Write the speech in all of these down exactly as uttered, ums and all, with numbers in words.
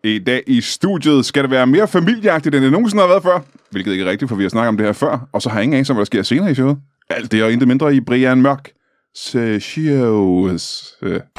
I dag i studiet skal det være mere familieagtigt, end det nogensinde har været før. Hvilket ikke er rigtigt, for vi har snakket om det her før. Og så har jeg ingen anelse om, hvad der sker senere i showet. Alt det og intet mindre i Brian Mørk Shows.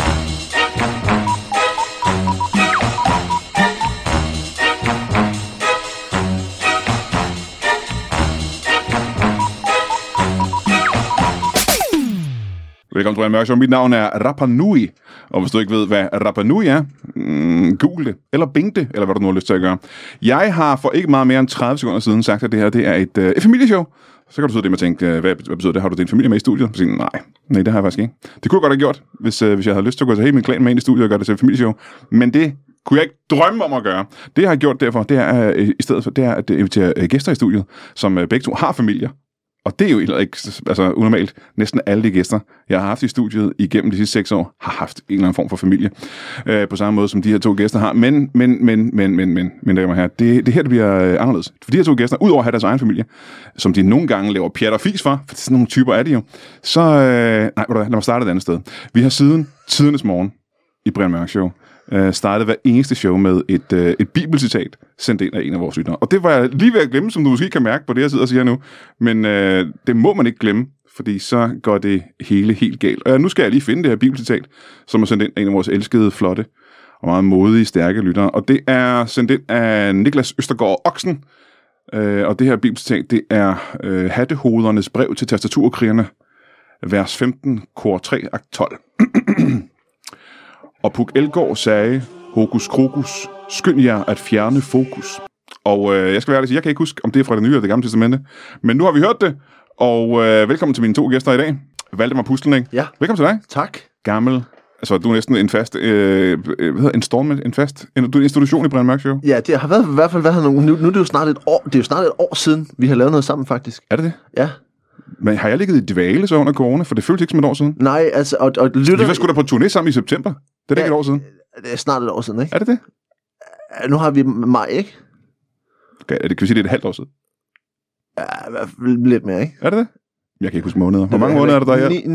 Velkommen til Brian Mørk Show. Mit navn er Rapa Nui. Og hvis du ikke ved, hvad Rapa Nui er, mm, google det, eller bing det, eller hvad du nu har lyst til at gøre. Jeg har for ikke meget mere end tredive sekunder siden sagt, at det her det er et, øh, et familieshow. Så kan du sidde det med at tænke, hvad, hvad betyder det? Har du din familie med i studiet? Så siger, nej, nej, det har jeg faktisk ikke. Det kunne jeg godt have gjort, hvis, øh, hvis jeg havde lyst til at gå til hele min klan med ind i studiet og gøre det til et familieshow. Men det kunne jeg ikke drømme om at gøre. Det jeg har gjort derfor, det er øh, i stedet for, det er at invitere øh, gæster i studiet, som øh, begge to har familier. Og det er jo ikke altså, unormalt. Næsten alle de gæster, jeg har haft i studiet igennem de sidste seks år, har haft en eller anden form for familie. Øh, på samme måde, som de her to gæster har. Men, men, men, men, men, men, mine damer og herrer, det, det her det bliver øh, anderledes. For de her to gæster, udover at have deres egen familie, som de nogle gange laver pjat og fis for, for sådan nogle typer er de jo, så, øh, nej, lad mig starte et andet sted. Vi har siden tidernes morgen i Brian Mørk Show Uh, startede hver eneste show med et, uh, et bibelcitat sendt ind af en af vores lyttere. Og det var jeg lige ved at glemme, som du måske kan mærke på det, jeg sidder og siger nu. Men uh, det må man ikke glemme, fordi så går det hele helt galt. Og nu skal jeg lige finde det her bibelcitat, som er sendt ind af en af vores elskede, flotte og meget modige, stærke lyttere. Og det er sendt ind af Niklas Østergaard Oksen. Uh, og det her bibelcitat, det er uh, Hattehodernes brev til tastaturkrigerne, vers femten, kor tre, akt tolv. Og Puk Elgård sagde, Hokus Krokus, skynd jer at fjerne fokus. Og øh, jeg skal være ærlig, jeg kan ikke huske, om det er fra det nye eller det gamle testamente. Men nu har vi hørt det, og øh, velkommen til mine to gæster i dag. Valdemar Pustelning. Ja. Velkommen til dig. Tak. Gammel. Altså, du er næsten en fast, øh, hvad hedder en storm, en fast, en, du er en institution i Brian Mørk Show. Ja, det har været, i hvert fald været nogle, nu, nu er det jo snart et år, det er jo snart et år siden, vi har lavet noget sammen, faktisk. Er det det? Ja. Men har jeg ligget i dvale så under corona? For det føltes ikke som et år siden. Nej, altså, og, og lytter... Vi var sgu da på turné sammen i september. Det er da ja, ikke et år siden. Det er snart et år siden, ikke? Er det det? Nu har vi maj, ikke? Okay, er det, kan vi sige, det er et halvt år siden? Ja, i hvert fald lidt mere, ikke? Er det det? Jeg kan ikke huske måneder. Hvor mange måneder er det der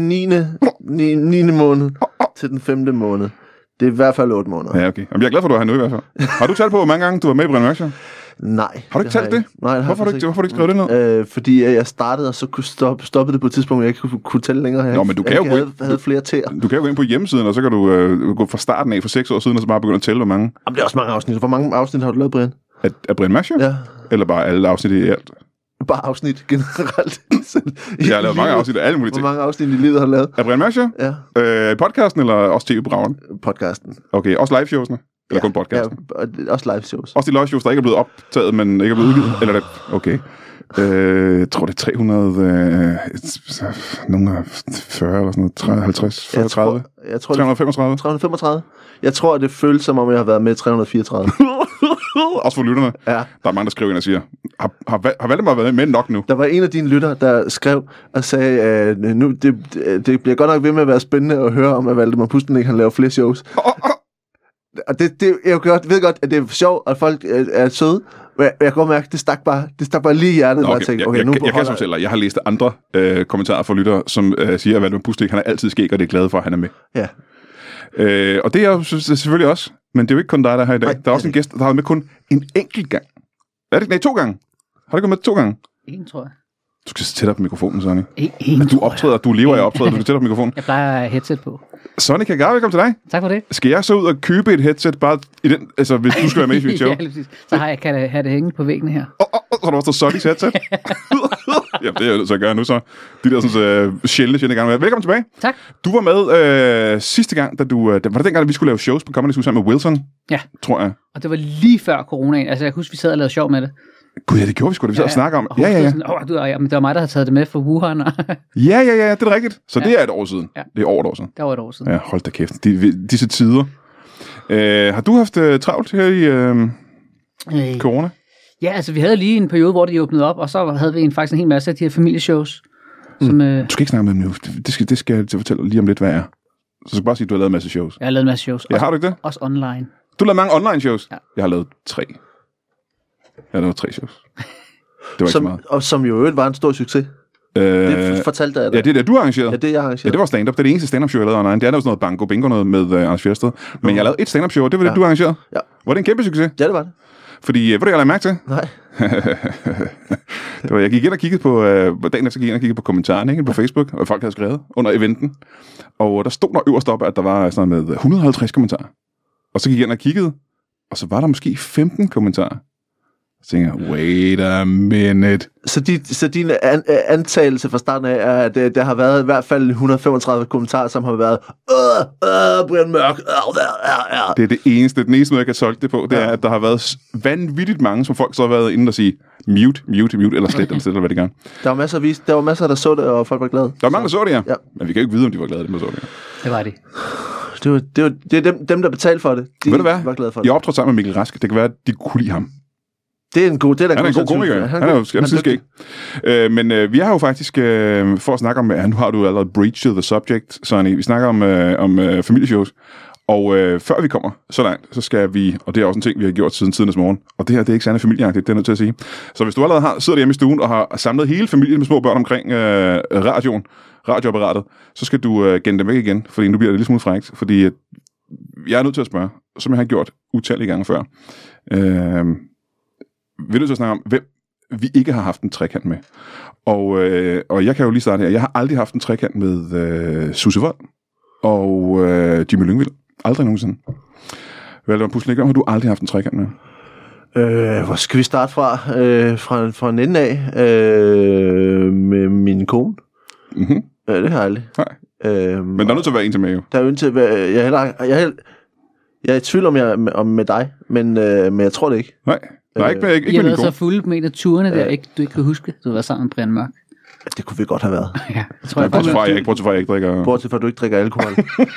her? niende måned til den femte måned. Det er i hvert fald otte måneder. Ja, okay. Jamen, jeg er glad for, at du er her nu i hvert fald. Har du talt på, hvor mange gange du var med i Brian Mørk Show? Nej. Har du ikke talt det? Nej, det har hvorfor, har du ikke, hvorfor har du ikke skrevet det ned? Øh, fordi jeg startede, og så kunne stoppe, stoppede det på et tidspunkt, hvor jeg ikke kunne, kunne tælle længere. Jeg Nå, men du kan jeg jo gå havde, ind, havde flere tæer. Du kan jo gå ind på hjemmesiden, og så kan du øh, gå fra starten af for seks år siden, og så bare begynde at tælle, hvor mange. Jamen, det er også mange afsnit. Hvor mange afsnit har du lavet, Brian? Af, af Brian Mørk Show? Ja. Eller bare alle afsnit i alt? Bare afsnit generelt. Jeg har lavet mange afsnit af alle mulige ting. Hvor mange afsnit i livet har du lavet? Af Brian Mørk Show? Ja. Øh, podcasten eller også tv-programmen? Podcasten. Okay, også live-showsene? Eller ja, kun podcasten? Ja, også live-shows. Også de live-shows, der ikke er blevet optaget, men ikke er blevet udgivet? Eller det? Okay. Øh, jeg tror, det er tre hundrede... Øh, nogle af fyrre eller sådan noget. tredive, halvtreds, fyrre, tredive? Jeg tror, tre hundrede femogtredive? tre hundrede femogtredive? Jeg tror, det føles som om, jeg har været med tre hundrede fireogtredive. Også for lytterne. Ja. Der er mange, der skriver ind og siger, har, har, har Valdemar været med nok nu? Der var en af dine lytter, der skrev og sagde, at nu, det, det bliver godt nok ved med at være spændende at høre om, at Valdemar Pustelning kan lave flere shows. Oh, oh. Og det, det, jeg ved godt, at det er sjovt, at folk er, er søde, men jeg kan godt mærke, at det stak bare, det stak bare lige i hjertet. Okay, jeg, tænkte, okay, jeg, jeg, jeg kan som selv, jeg har læst andre øh, kommentarer fra lyttere, som øh, siger, at Valdemar Pustelning, han er altid skæg, og det er glad for, at han er med. Ja. Øh, og det er jeg synes, selvfølgelig også, men det er jo ikke kun dig, der er her i dag. Nej, der er også en gæst, der har været med kun en enkelt gang. Er det? Nej, to gange. Har du gået med to gange? En, tror jeg. Du skal tættere på mikrofonen, Sonny. En, en men du optræder, du lever af optræder, du skal tættere på mikrofonen. Jeg plejer at have headset på. Sonny Kagar, velkommen til dig. Tak for det. Skal jeg så ud og købe et headset, bare i den, altså hvis du skal være med i mit show? Ja, lige præcis. Så har jeg, kan jeg have det hænge på væggene her. Og, og, og så har du også stået Sonnys headset. Jamen, det er jeg nødt til at gøre nu så. De der sådan, uh, sjældne, sjældne gange. Velkommen tilbage. Tak. Du var med øh, sidste gang, da du, uh, da, var det dengang, at vi skulle lave shows på Comedy Zoo sammen med Wilson? Ja. Tror jeg. Og det var lige før coronaen. Altså, jeg husker, vi sad og lavede sjov med det. Gud, ja, det gjorde vi sgu da. Vi sad ja, og snakkede om. Og ja, ja, ja. Sådan, oh, du, ja, men det var mig, der havde taget det med fra Wuhan. ja, ja, ja, det er rigtigt. Så ja. Det er et år siden. Ja. Det er over et år siden. Det var et år siden. Ja, hold da kæft. De, disse tider. Øh, har du haft uh, travlt her i øh, øh. corona? Ja, altså vi havde lige en periode, hvor de åbnede op, og så havde vi en, faktisk en hel masse af de her familieshows. Mm. Som, øh, du skal ikke snakke med dem nu. Det skal, det skal jeg fortælle lige om lidt, hvad er. Så skal bare sige, at du har lavet en masse shows. Jeg har lavet en masse shows. Ja, også, har du ikke det? Også online. Du har lavet mange online shows? Ja. Jeg har lavet tre. Jeg har lavet tre shows. Det var som, ikke så meget. Og som jo øvrigt var en stor succes. Øh, Det fortalte jeg dig. ja, det er det, du har arrangeret. Ja, det er jeg arrangeret. Ja, det var stand-up. Det er det eneste stand-up show, jeg lavede online. Det er noget sådan noget banko bingo noget med uh, Anders Fjersted. Men jeg lavede et stand-up show, og det var det, Ja. du arrangerede. Ja. Var det en kæmpe succes? Ja, det var det. Fordi, ved du, jeg lagde mærke til? Nej. det var, jeg gik ind og kiggede på, uh, dagen efter gik jeg ind og kiggede på kommentarerne ikke, på Facebook, og folk havde skrevet under eventen. Og der stod der øverst op, at der var sådan noget med et hundrede og halvtreds kommentarer. Og så gik jeg ind og kiggede, og så var der måske femten kommentarer. Så tænkte jeg, wait a minute. Så, de, så din an, antagelse fra starten af er, at det, der har været i hvert fald et hundrede og femogtredive kommentarer, som har været øh, øh, Brian Mørk, øh, øh, øh. Det er det eneste, den eneste måde, jeg kan tolke det på, det Ja. er, at der har været vanvittigt mange, som folk så har været inde og sige, mute, mute, mute, eller slet, eller slet, eller hvad det gør. Der var masser, vis, der var masser, der så det, og folk var glade. Der var mange, der så det, ja. Ja. Men vi kan jo ikke vide, om de var glade, dem der så det. Det var det. Det, var, det, var, det er dem, dem, der betalte for det. De Ved du hvad? var glade for det. Jeg optrådte sammen med Mikkel Rask. Det kan være, at de kunne lide ham. Det er en god, det er da Han er en god komiker. Han, han er jo han skæg. Øh, men øh, vi har jo faktisk, øh, for at snakke om, ja, nu har du allerede breached the subject, Sonny. Vi snakker om, øh, om øh, familieshows. Og øh, før vi kommer så langt, så skal vi, og det er også en ting, vi har gjort siden tidens morgen, og det her, det er ikke særlig familieagtigt, det er nødt til at sige. Så hvis du allerede har, sidder hjemme i stuen og har samlet hele familien med små børn omkring øh, radioen, radioapparatet, så skal du øh, genne dem væk igen, fordi nu bliver det lidt smule frækt, fordi øh, jeg er nødt til at spørge, som jeg har gjort utallige gange før. Øh, vi er nødt til at snakke om, hvem vi ikke har haft en trekant med. Og, øh, og jeg kan jo lige starte her. Jeg har aldrig haft en trekant med øh, Susse Wold og øh, Jimmy Lyngvild. Aldrig nogensinde. Valdemar Puslenik, har du aldrig haft en trekant med? Øh, hvor skal vi starte fra? Øh, fra, fra en ende af. Øh, med min kone. Mm-hmm. Øh, det har jeg aldrig. Nej. Øh, Men der er nødt til at være en til med, jo. Der er jo en til, jeg er heller, jeg er, heller, jeg er i tvivl om, jeg, om med dig, men, øh, men jeg tror det ikke. Nej, Nej ikke med, ikke, I ikke har med været din så kone. fulde med en af turene der, ikke, du ikke kan huske, du var sammen med Brian Mørk. Det kunne vi godt have været. Ja, jeg tror, jeg Bortset fra, bare, at jeg ikke, bortset fra, at jeg ikke drikker... Bortset fra, at du ikke drikker alkohol.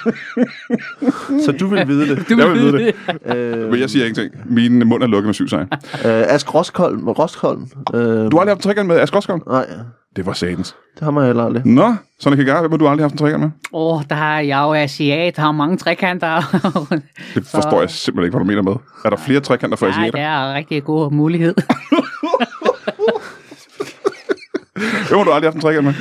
Så du vil vide det. du Jeg vil vide det. Øh, Men jeg siger ingenting. Min mund er lukket med syv sejn. øh, Ask Roskholm. Roskholm. Øh, Du har aldrig haft en trekant med Ask Roskholm? Nej, Det var satans. det har man heller aldrig. Nå, Sonny Kagare, hvem har du aldrig haft en trekant med? Åh, der er jeg jo asiat, der har mange trekanter. Det forstår jeg simpelthen ikke, hvad du mener med. Er der flere trekanter for Nej, asiater? det er en rigtig god mulighed. Hvem har du aldrig haft en trekant med?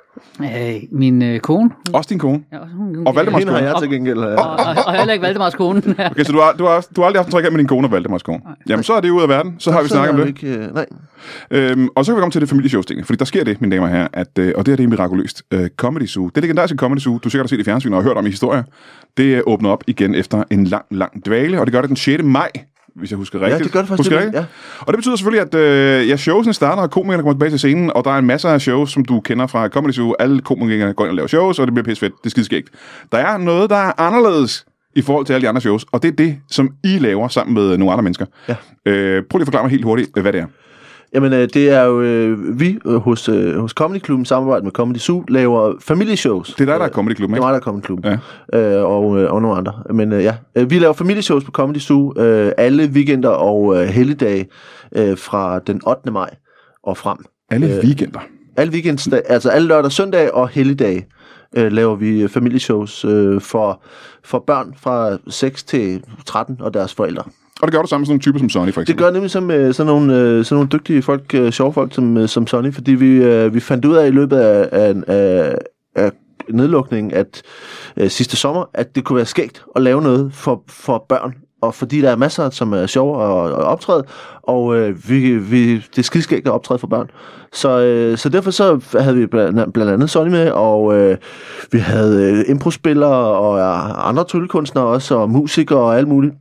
Øh, min øh, kone. Også din kone. Ja, hun, hun, Og Valdemars Hende har kone. jeg til gengæld. Øh, Og, og, og heller ikke Valdemars kone. Okay, så du har, du, har, du har aldrig haft en trekant med din kone og Valdemars kone. Jamen, så er det ud af verden. Så har vi så snakket om er det. Ikke, øh, nej. Øhm, og så kan vi komme til det familieshows-ting. Fordi der sker det, mine damer og herrer, at, øh, og det her det er mirakuløst. Øh, Comedy Zoo. Det legendariske Comedy Zoo, du sikkert har set i fjernsynet og hørt om i historier, det øh, åbner op igen efter en lang, lang dvale. Og det gør det den sjette maj, hvis jeg husker rigtigt. Ja, det gør det faktisk. Husker jeg Det, rigtigt? ja. Og det betyder selvfølgelig, at øh, ja, showsene starter, og komikerne kommer tilbage til scenen, og der er en masse af shows, som du kender fra Comedy Zoo. Alle komikerne går ind og laver shows, og det bliver pissefedt. Det er skideskægt. Der er noget, der er anderledes i forhold til alle de andre shows, og det er det, som I laver sammen med nogle andre mennesker. Ja. Øh, prøv lige at forklare mig helt hurtigt, hvad det er. Jamen, øh, det er jo, øh, vi øh, hos, øh, hos Comedy Klubben, samarbejde med Comedy Zoo, laver familieshows. Det er dig, der er Comedy Klubben, Det ikke? er mig, der er Comedy Klubben. Ja. Øh, og, øh, og nogle andre. Men øh, ja, øh, vi laver familieshows på Comedy Zoo øh, alle weekender og øh, helligdage øh, fra den ottende maj og frem. Alle Øh, weekender. Alle weekends, altså alle lørdag, søndag og helligdage øh, laver vi familieshows øh, for, for børn fra seks til tretten og deres forældre. Og det gør du sammen med sådan nogle typer som Sonny, for Det eksempel. gør nemlig som øh, sådan nogle, øh, sådan nogle dygtige folk, øh, sjove folk som, øh, som Sonny, fordi vi, øh, vi fandt ud af i løbet af, af, af, af nedlukningen at, øh, sidste sommer, at det kunne være skægt at lave noget for, for børn, og fordi der er masser, som er sjove at, at optræde, og øh, vi, vi, det er skideskægt at optræde for børn. Så, øh, så derfor så havde vi blandt, blandt andet Sonny med, og øh, vi havde øh, improspillere og øh, andre tryllekunstnere også, og musikere og alt muligt.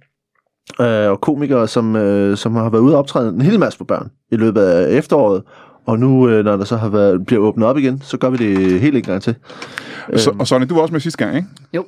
Øh, og komikere, som, øh, som har været ude og optræde en hel masse for børn i løbet af efteråret. Og nu, øh, når der så har været, bliver åbnet op igen, så gør vi det helt en gang til. Så, og Sonny, du var også med sidste gang, ikke? Jo.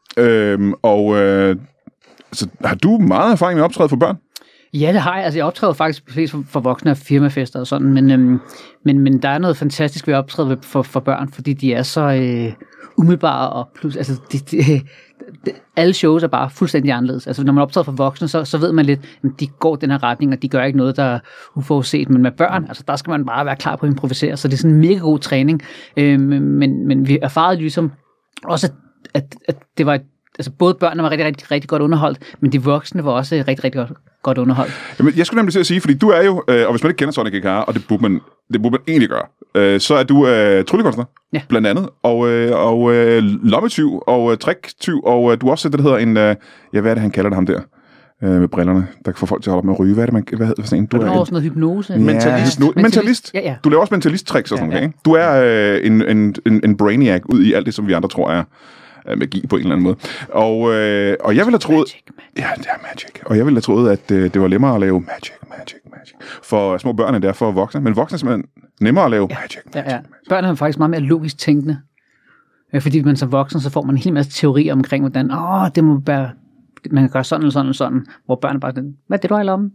Øhm, og øh, så har du meget erfaring med at optræde for børn? Ja, det har jeg. Altså, jeg optræder faktisk flest for, for voksne og firmafester og sådan, men, øhm, men, men der er noget fantastisk ved at optræde for, for børn, fordi de er så øh, umiddelbare, og plus, altså, de, de, de, alle shows er bare fuldstændig anderledes. Altså, når man optræder for voksne, så, så ved man lidt, at de går den her retning, og de gør ikke noget, der er uforudset, men med børn, altså, der skal man bare være klar på at improvisere, så det er sådan en mega god træning, øhm, men, men vi erfarede ligesom også, at, at, at det var et altså både børnene var rigtig, rigtig, rigtig godt underholdt, men de voksne var også rigtig, rigtig godt, godt underholdt. Jamen, jeg skulle nemlig til at sige, fordi du er jo, øh, og hvis man ikke kender Sonic Ikara, og det burde man, det burde man egentlig gøre, øh, så er du øh, tryllekunstner, ja. Blandt andet, og, øh, og øh, lommetyv, og øh, triktyv, og øh, du har også det, der hedder en, øh, ja, hvad er det, han kalder det ham der? Med brillerne, der kan få folk til at holde op med at ryge. Hvad er det, man, hvad hedder sådan en? Du er også noget hypnose. Ja, mentalist. Nu, mentalist. Ja, ja. Du laver også mentalist-tricks og sådan noget, ja, ja. Ikke? Du er øh, en, en, en, en brainiac ud i alt det, som vi andre tror er, er magi på en eller anden måde. Og, øh, og jeg ville have troet... Magic, magic. Ja, det er magic. Og jeg ville have troet, at øh, det var nemmere at lave magic, magic, magic. For små børn end det er for voksne. Men voksne er simpelthen nemmere at lave ja. magic, magic, ja, ja. magic. Børn er faktisk meget mere logisk tænkende. Fordi man som voksen, så får man en hel masse teorier omkring, hvordan åh, det må være... man kan gøre sådan eller sådan eller sådan, hvor børn bare sådan, hvad er det, du har i lommen?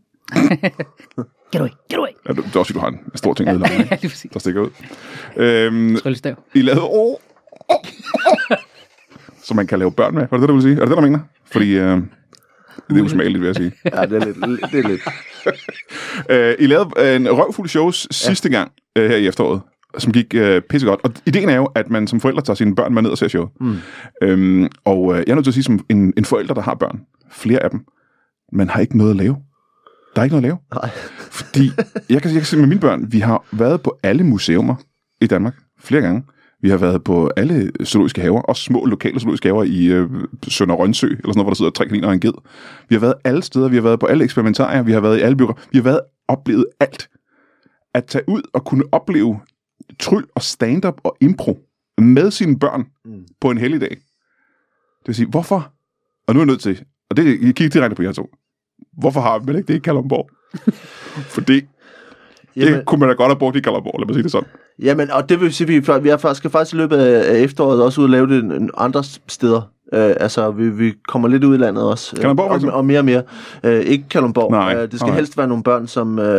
Get away, get away. Ja, det er også, du har en stor ting nede i lommen, ja, der stikker ud. Øhm, Tryllestav. I lavede oh, oh, oh. Så man kan lave børn med, var det det, du vil sige? Er det det, du mener? Fordi øh, det er usmageligt, vil jeg sige. Ja, det er lidt. Det er lidt. øh, I lavede en røvfuld shows sidste ja. gang øh, her i efteråret, som gik øh, pissegodt. Og ideen er jo, at man som forældre tager sine børn med ned og ser showet. Mm. Øhm, og øh, jeg er nødt til at sige, som en, en forælder, der har børn, flere af dem, man har ikke noget at lave. Der er ikke noget at lave. Nej. Fordi, jeg kan, jeg kan se med mine børn, vi har været på alle museumer i Danmark flere gange. Vi har været på alle zoologiske haver, også små lokale zoologiske haver i øh, Sønder Rønsø, eller sådan noget, hvor der sidder tre kaniner og en ged. Vi har været alle steder, vi har været på alle eksperimentarier, vi har været i alle bygger, vi har været oplevet alt. At tage ud og kunne opleve tryl og stand-up og impro med sine børn mm. på en helligdag. Det vil sige, hvorfor? Og nu er jeg nødt til, og det jeg kigger direkte på jer to. Hvorfor har man ikke det i Kalundborg? Fordi Jamen, det kunne man da godt have brugt i Kalundborg, lad mig sige det sådan. Jamen, og det vil sige, vi, vi har faktisk, skal faktisk i løbet af efteråret også ud og lave det andre steder. Uh, altså, vi, vi kommer lidt ud i landet også. Kalundborg, uh, og, og mere og mere. Uh, ikke Kalundborg. Nej, uh, det skal okay. helst være nogle børn, som... Uh,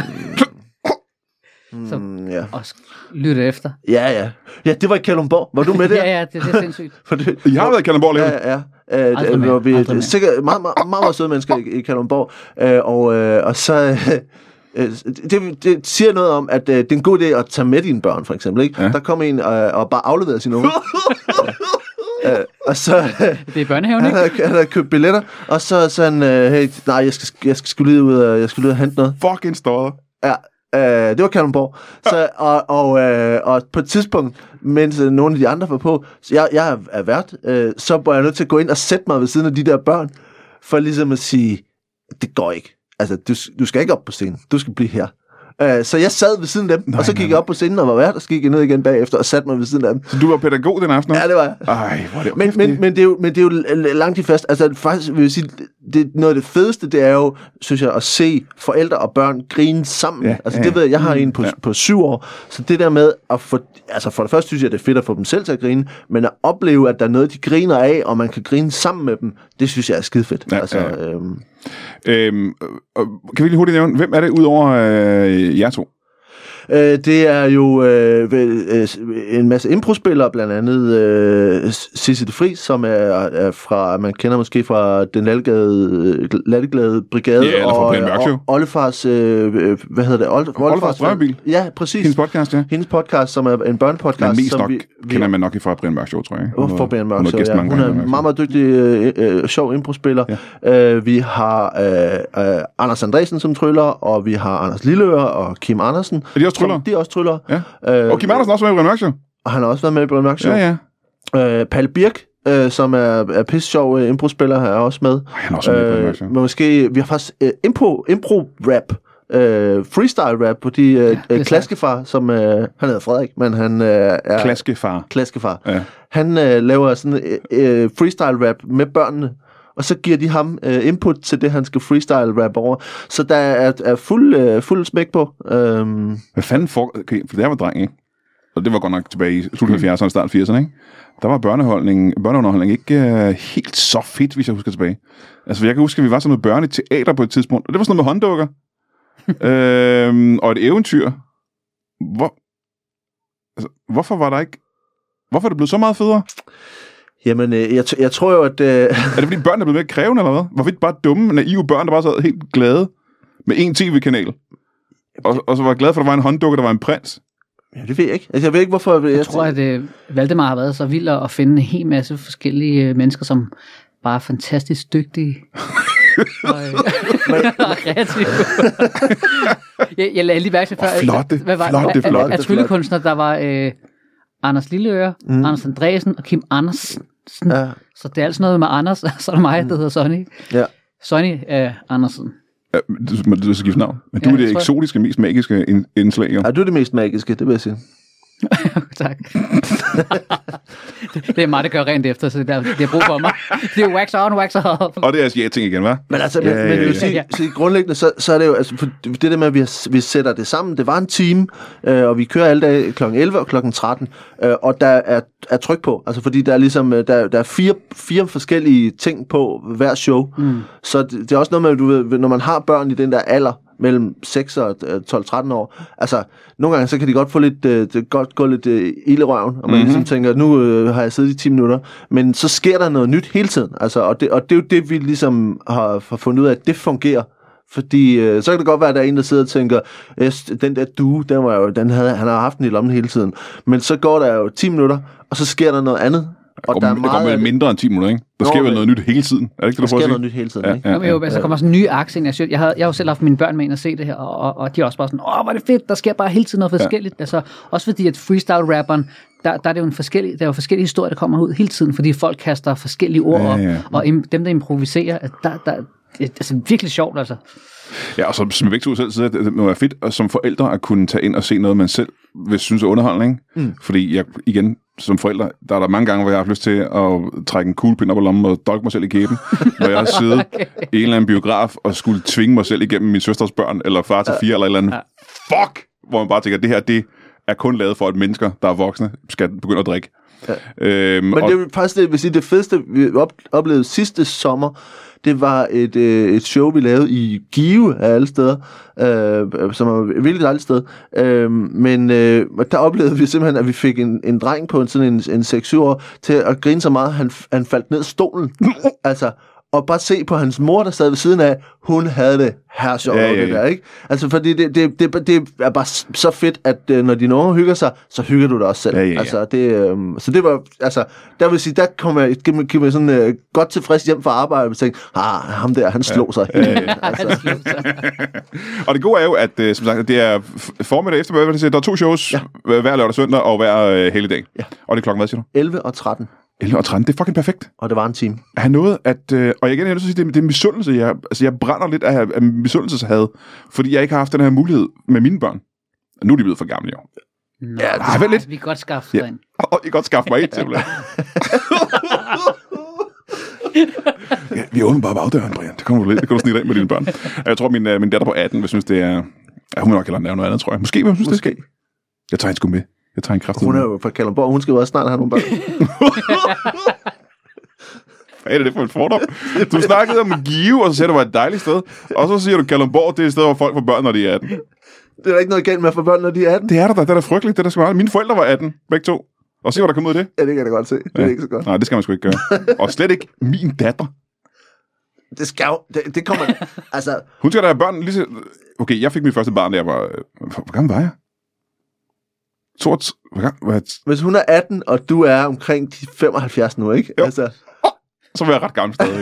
Så mm, ja. og lytte efter. Ja, ja. Ja, det var i Kalundborg. Var du med der? ja, ja, det, det er sindssygt. For det, I har været i Kalundborg lige? Ja, ja. Uh, det, var vi er sikkert meget, meget, meget, meget søde mennesker i, i Kalundborg. Uh, og, uh, og så... Uh, Det, det siger noget om, at uh, det er en god idé at tage med dine børn, for eksempel. Ikke? Ja. Der kom en uh, og bare afleverede sin unge. uh, og så... Uh, det er børnehaven, ikke? Han havde, havde købt billetter, og så sagde han, uh, hey, nej, jeg skal, jeg skal skulle lige ud og, jeg skal lige ud og hente noget. Fucking stået. Ja, uh, det var Kalundborg. Så, og, og, uh, og på et tidspunkt, mens uh, nogle af de andre var på, så jeg, jeg er vært, uh, så var jeg nødt til at gå ind og sætte mig ved siden af de der børn, for ligesom at sige, det går ikke. Altså, du, du skal ikke op på scenen. Du skal blive her. Uh, så jeg sad ved siden af dem, nej, og så gik nej. jeg op på scenen og var vært, og så gik jeg ned igen bagefter og satte mig ved siden af dem. Så du var pædagog den aften? Ja, det var jeg. Ej, hvor er det men, men, men, det er jo, men det er jo langt i fast. Altså, faktisk vil jeg sige, det, noget af det fedeste, det er jo, synes jeg, at se forældre og børn grine sammen. Ja, altså, det ja. ved jeg, jeg har en på, ja. på syv år, så det der med at få, altså for det første synes jeg, det er fedt at få dem selv til at grine, men at opleve, at der er noget, de griner af, og man kan grine sammen med dem, det synes jeg er skide fedt. Ja, altså, ja. Øhm, øhm, kan vi lige hurtigt nævne, hvem er det ud over øh, jer to? Uh, det er jo uh, en masse impro-spillere, blandt andet uh, Sisse de Vries, som er, er fra, man kender måske fra den latteglade brigade, ja, eller fra Brian Mørk Show. Og Ollefars, uh, hvad hedder det? Olle, Ollefars Drømmebil. Ja, præcis. Hendes podcast, ja. Hendes podcast, som er en børnepodcast. Men mest som nok vi, vi kender man nok fra Brian Mørk Show, tror jeg. Oh, fra Brian Mørk Show, ja. Hun er en meget, meget dygtig, uh, sjov impro-spiller. Ja. Uh, vi har uh, uh, Anders Andresen som tryller, og vi har Anders Lilleør og Kim Andersen. Er de også tryller? De er også tryller. Ja. Øh, og Kim Andersen har også været med i Brian Mørk Show. Og han har også været med i Brian Mørk Show. Ja, ja. Øh, Palle Birk, øh, som er, er pisse sjov uh, impro-spiller, er også med. Han er også med i Brian Mørk Show. Men måske, vi har faktisk uh, impro, impro-rap, uh, freestyle-rap, fordi uh, ja, Klaskefar, som, uh, han hedder Frederik, men han uh, er... Klaskefar. Klaskefar. Ja. Han uh, laver sådan uh, uh, freestyle-rap med børnene, og så giver de ham uh, input til det, han skal freestyle-rap over. Så der er, er fuld, uh, fuld smæk på. Um, Hvad fanden for... Okay, for det her var dreng, ikke? Og det var godt nok tilbage i slut halvfjerdserne og start firserne, ikke? Der var børneholdning, børneunderholdning ikke uh, helt så fedt, hvis jeg husker tilbage. Altså, jeg kan huske, at vi var sådan noget børneteater på et tidspunkt, og det var sådan noget med hånddukker. øhm, og et eventyr. Hvor... Altså, hvorfor var der ikke... Hvorfor er det blevet så meget federe? Jamen, øh, jeg, t- jeg tror jo, at... Øh... Er det fordi børn er blevet mere krævende, eller hvad? Hvorfor ikke bare dumme, naive børn, der bare sad helt glade med én tv-kanal? Og, og så var glade for, at der var en hånddukke, der var en prins? Ja, det ved jeg ikke. Altså, jeg ved ikke, hvorfor... Jeg, Jeg tror, at øh, Valdemar har været så vild at finde en hel masse forskellige øh, mennesker, som bare er fantastisk dygtige. og, øh, og kreative. jeg, jeg lagde lige mærke til før. Oh, flotte, hvad var, flotte, af, flotte, af, af tryllekunstnere, der var øh, Anders Lilleøre, mm. Anders Andresen og Kim Andersen. Ja. Så det er altså noget med Anders, så er der mig, der hedder Sonny. Ja. Sonny øh, Andersen. Ja, du, du skal skifte navn. Men Ja, du er det jeg tror- eksotiske, mest magiske ind- indslag, jo. Ja, du er det mest magiske, det vil jeg sige. Tak. det, det er mig, der gør rent efter, så det er, det er brug for mig. Det er wax on, wax off. Og det er altså ja-ting igen, hva'? Men altså, Ja, men, ja, men jeg vil ja. sige, Ja. sige grundlæggende, så, så er det jo, altså, for det der med, at vi, har, vi sætter det sammen, det var en time, øh, og vi kører alle dage klokken elleve og klokken tretten, øh, og der er, er tryk på, altså fordi der er ligesom, øh, der, der er fire, fire forskellige ting på hver show, mm. så det, det er også noget med, at du ved, når man har børn i den der alder, mellem seks og tolv tretten år. Altså, nogle gange, så kan de godt få lidt, øh, det godt gå lidt øh, ild i røven, og man mm-hmm. ligesom tænker, nu øh, har jeg siddet i ti minutter, men så sker der noget nyt hele tiden, altså, og det, og det er jo det, vi ligesom har, har fundet ud af, at det fungerer, fordi øh, så kan det godt være, at der er en, der sidder og tænker, yes, den der due, den var jo, den havde, han har haft den i lommen hele tiden, men så går der jo ti minutter, og så sker der noget andet, og Og der er det går meget med af det- mindre end ti minutter, ikke? Der Nå, sker vel men- noget nyt hele tiden. Er det ikke det, der du prøver sker at noget sige? nyt hele tiden, Ja, ikke? ja. Jamen, jo, altså, der kommer sådan en ny akse ind. Jeg, synes, jeg, havde, jeg har jo selv haft mine børn med ind og se det her, og, og de er også bare sådan, åh, hvor er det fedt, der sker bare hele tiden noget forskelligt. Ja. Altså, også fordi, at freestyle-rapperen, der, der er det jo en forskellig, der er jo forskellige historier, der kommer ud hele tiden, fordi folk kaster forskellige ord Ja, op, ja. og im, dem, der improviserer, at der, der, det er altså virkelig sjovt, altså. Ja, og som, som vi begge to selv siger, det må være fedt og som forældre at kunne tage ind og se noget, man selv vil synes er underholdende, ikke? Mm. Fordi jeg, igen, som forældre, der er der mange gange, hvor jeg har haft lyst til at trække en kuglepind op ad lommen og dolke mig selv i kæben, når jeg har siddet i en eller anden biograf og skulle tvinge mig selv igennem min søsters børn, eller far til fire, eller et eller andet. Fuck! Hvor man bare tænker, det her, det er kun lavet for, at mennesker, der er voksne, skal begynde at drikke. Ja. Øhm, Men og, det er jo faktisk det, jeg vil sige, det fedeste, vi op, oplevede sidste sommer, det var et, øh, et show, vi lavede i Give af alle steder, øh, som er et virkelig dejligt sted. Øh, men øh, der oplevede vi simpelthen, at vi fik en, en dreng på en, sådan en, en seks syv år til at grine så meget, han, han faldt ned af stolen. altså, og bare se på hans mor, der sad ved siden af, hun havde det her sjovt Ja, over ja, det ja. der, ikke? Altså, fordi det, det, det, det er bare så fedt, at øh, når dine unge hygger sig, så hygger du dig også selv. Ja, ja, ja. Altså, det, øh, så det var, altså, der vil sige, der kom jeg, kan man, kan man sådan øh, godt tilfreds hjem fra arbejde, og tænkte, ah, ham der, han slog sig. Ja, ja, ja. altså, Og det gode er jo, at øh, som sagt, det er f- formiddag efter, hvad vil det sige, der er to shows ja. hver lørdag og søndag, og hver øh, helligdag. Ja. Og det er klokken, hvad siger du? elleve og tretten, elleve og tretten, det er fucking perfekt. og det var en time. Han nåede at, øh, og igen, jeg vil sige, det, er- det er misundelse. Jeg, altså, jeg brænder lidt af, af misundelseshad, fordi jeg ikke har haft den her mulighed med mine børn. Nu er de blevet for gamle, jo. Nå, Ja, nej, vent lidt. Vi kan godt skaffe Ja. ja. ind. Og jeg kan godt skaffe mig et, simpelthen. Ja, vi åbner bare bagdøren, Brian. Det kommer du lidt. Det kan du snige ind med dine børn. Jeg tror, min, øh, min datter på atten vil synes, det er... Ja, hun vil nok hellere lave noget andet, tror jeg. Måske vil hun synes, Måske. det er. Jeg tager hende sgu med. Jeg tager en kraft. Hun er jo fra Kalundborg, hun skal jo også snart have nogle børn. Hvad er det for en fordom? Du snakkede om Give, og så siger du, det var et dejligt sted. Og så siger du, Kalundborg, det er et sted, hvor folk får børn, når de er atten. Det er da ikke noget galt med at få børn, når de er atten. Det er der da. Det er da frygteligt. Det er der skal være. Mine forældre var atten, begge to. Og se, hvad der kom ud af det. Ja, det kan jeg da godt se. Det er Ja. ikke så godt. Nej, det skal man sgu ikke gøre. Og slet ikke min datter. Det skal jo, det, det kommer, altså, Hun skal da have børn lige så... Okay, jeg fik mit første barn, da jeg var... Hvor hvor gammel var jeg? Sort... Hvor gammel var jeg? hvis hun er atten, og du er omkring de femoghalvfjerds nu, ikke? Jo. Altså, Så var jeg ret gammel stadig.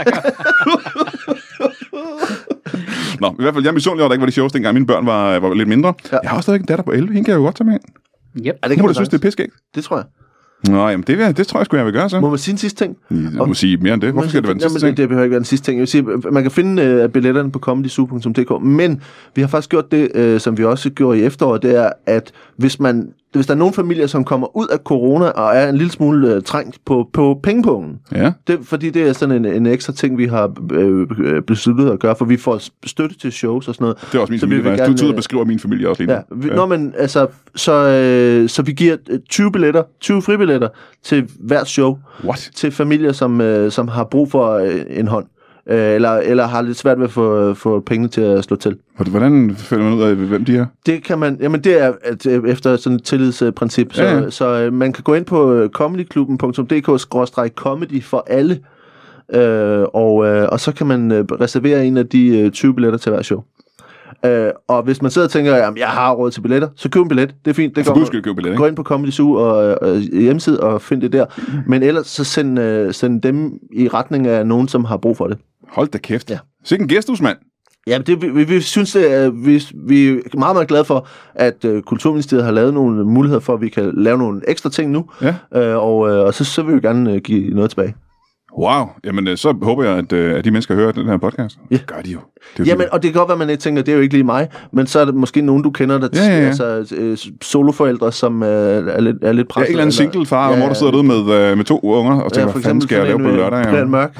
Nå, i hvert fald, jeg er misundelig over, at der ikke var de shows, dengang mine børn var, var lidt mindre. Ja. Jeg har også stadig en datter på elleve. Hende kan jeg jo godt tage med ind. Yep. ja, det Hun kan må man da synes, det er sagtens. piskægt. Det tror jeg. Nå, jamen, det, vil, det tror jeg sgu, jeg vil gøre så. Må man sige en sidste ting? Jeg må sige mere end det. Hvorfor skal det være den sidste Jamen, ting? det, det behøver ikke være den sidste ting. Jeg vil sige, man kan finde uh, billetterne på comedy zoo punktum d k, men vi har faktisk gjort det, uh, som vi også gjorde i efteråret, det er, at hvis man hvis der er nogle familier, som kommer ud af corona og er en lille smule uh, trængt på, på pengepungen, Ja. det, fordi det er sådan en, en ekstra ting, vi har øh, besluttet at gøre, for vi får støtte til shows og sådan noget. Det er også min Så vi familie. vil Du gerne, tyder øh, beskriver min familie også lige Ja, nu. vi, ja. Nå, men altså, så, øh, så vi giver øh, tyve billetter, tyve fribilletter til hvert show, What? til familier, som, øh, som har brug for øh, en hånd, øh, eller, eller har lidt svært ved at få, få pengene til at slå til. Hvordan finder man ud af, hvem de er? Det kan man, jamen det er at, øh, efter sådan et tillidsprincip, så, Ja, ja. så øh, man kan gå ind på comedyklubben punktum d k skråstreg comedy for alle, øh, og, øh, og så kan man øh, reservere en af de øh, tyve billetter til hver show. Øh, og hvis man sidder og tænker, at jeg har råd til billetter, så køb en billet. Det er fint. Det For går, guds skyld køb billet, ikke? Gå ind på Comedy Zoo og, og hjemmeside og find det der. Men ellers så send, uh, send dem i retning af nogen, som har brug for det. Hold da kæft. Ja. Sikke en gæsthusmand. Ja, det, vi, vi, vi synes, det er, vi, vi er meget, meget glade for, at uh, Kulturministeriet har lavet nogle muligheder for, at vi kan lave nogle ekstra ting nu. Ja. Uh, og, uh, og så, så vil vi gerne uh, give noget tilbage. Wow. Jamen, øh, så håber jeg, at, øh, at de mennesker hører den her podcast. Ja. Gør de jo. Det er jo Jamen, og det kan godt være, at man ikke tænker, at det er jo ikke lige mig, men så er det måske nogen, du kender, der Ja, ja, ja. altså øh, soloforældre, som øh, er lidt, er lidt Ja, presset. en eller anden single far, ja, hvor du sidder derude med, øh, med to unger, og tænker, for hvad fanden skal jeg lave på sådan en, lørdag? øh, Brian Mørk.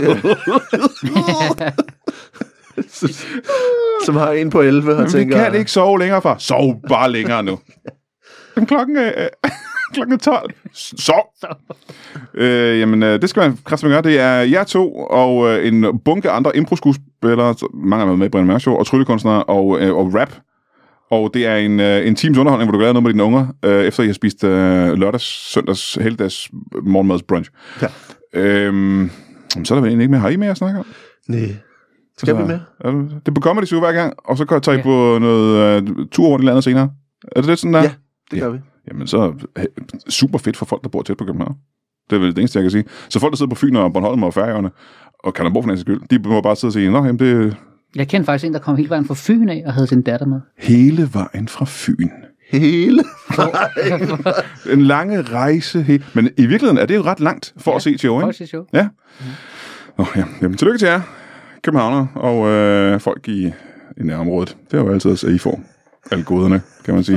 Som har en på elleve og Men vi tænker... kan ikke sove længere, far. Sov bare længere nu. Jamen, klokken er, øh, klokken er tolv. Sov. Øh, jamen, øh, det skal man kraftigt gøre. Det er jer to og øh, en bunke andre impro-skuespillere, mange af dem er med i Brian Mørk Show, og tryllekunstnere og, øh, og rap. Og det er en, øh, en teams underholdning, hvor du kan lave noget med dine unger, øh, efter I har spist øh, lørdags, søndags, helligdags, morgenmads brunch. Ja. Øhm, så er der vel egentlig ikke mere. Har I mere at snakke om? Nej. Skal vi med? Altså, det er på Comedy Zoo hver gang, og så tager I Ja. på noget uh, tur rundt i landet senere. Er det lidt sådan der? Ja, det gør vi. Jamen, så hey, super fedt for folk, der bor tæt på København. Det er vel det eneste, jeg kan sige. Så folk, der sidder på Fyn og Bornholm og Færøerne, og Kalundborg for den skyld, de må bare sidde og sige, nå, jamen det... Jeg kendte faktisk en, der kom hele vejen fra Fyn af og havde sin datter med. Hele vejen fra Fyn. Hele En lange rejse. He... Men i virkeligheden er det jo ret langt for Ja, at se show, For ikke? at se show. Ja. Nå, ja. Jamen, tillykke til jer, københavnere og øh, folk i, i nærområdet. Det er jo altid, at I får alle goderne, kan man sige.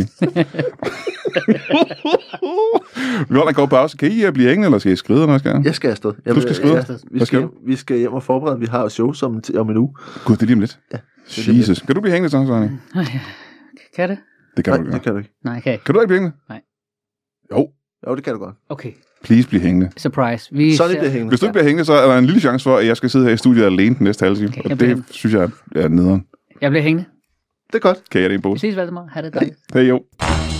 Vi holder en god pause. Kan I uh, blive hængende, eller skal I skride, når jeg skal? Jeg skal afsted. Jeg, Du skal skride? Ja, Hvad vi, skal skal, du? vi skal hjem og forberede. Vi har jo show som, om en uge. Gud, det er lige om lidt. Ja, det er lige om Jesus. Kan du blive hængende, så, Sonny? Kan det? Det kan Nej, du ikke. det kan du ikke. Nej, kan jeg ikke. Kan du ikke blive hængende? Nej. Jo, Jo, det kan du godt. Okay. please blive hængende. Surprise. Vi Så er det ser- bliver hængende. Hvis du ikke bliver hængende, så er der en lille chance for, at jeg skal sidde her i studiet alene den næste halve time. Okay, Og jeg det bliver- synes jeg er, er nederen. Jeg bliver hængende. Det er godt. Kan jeg det en Vi pose? ses, Valdemar. Ha' det dejligt. Hey jo.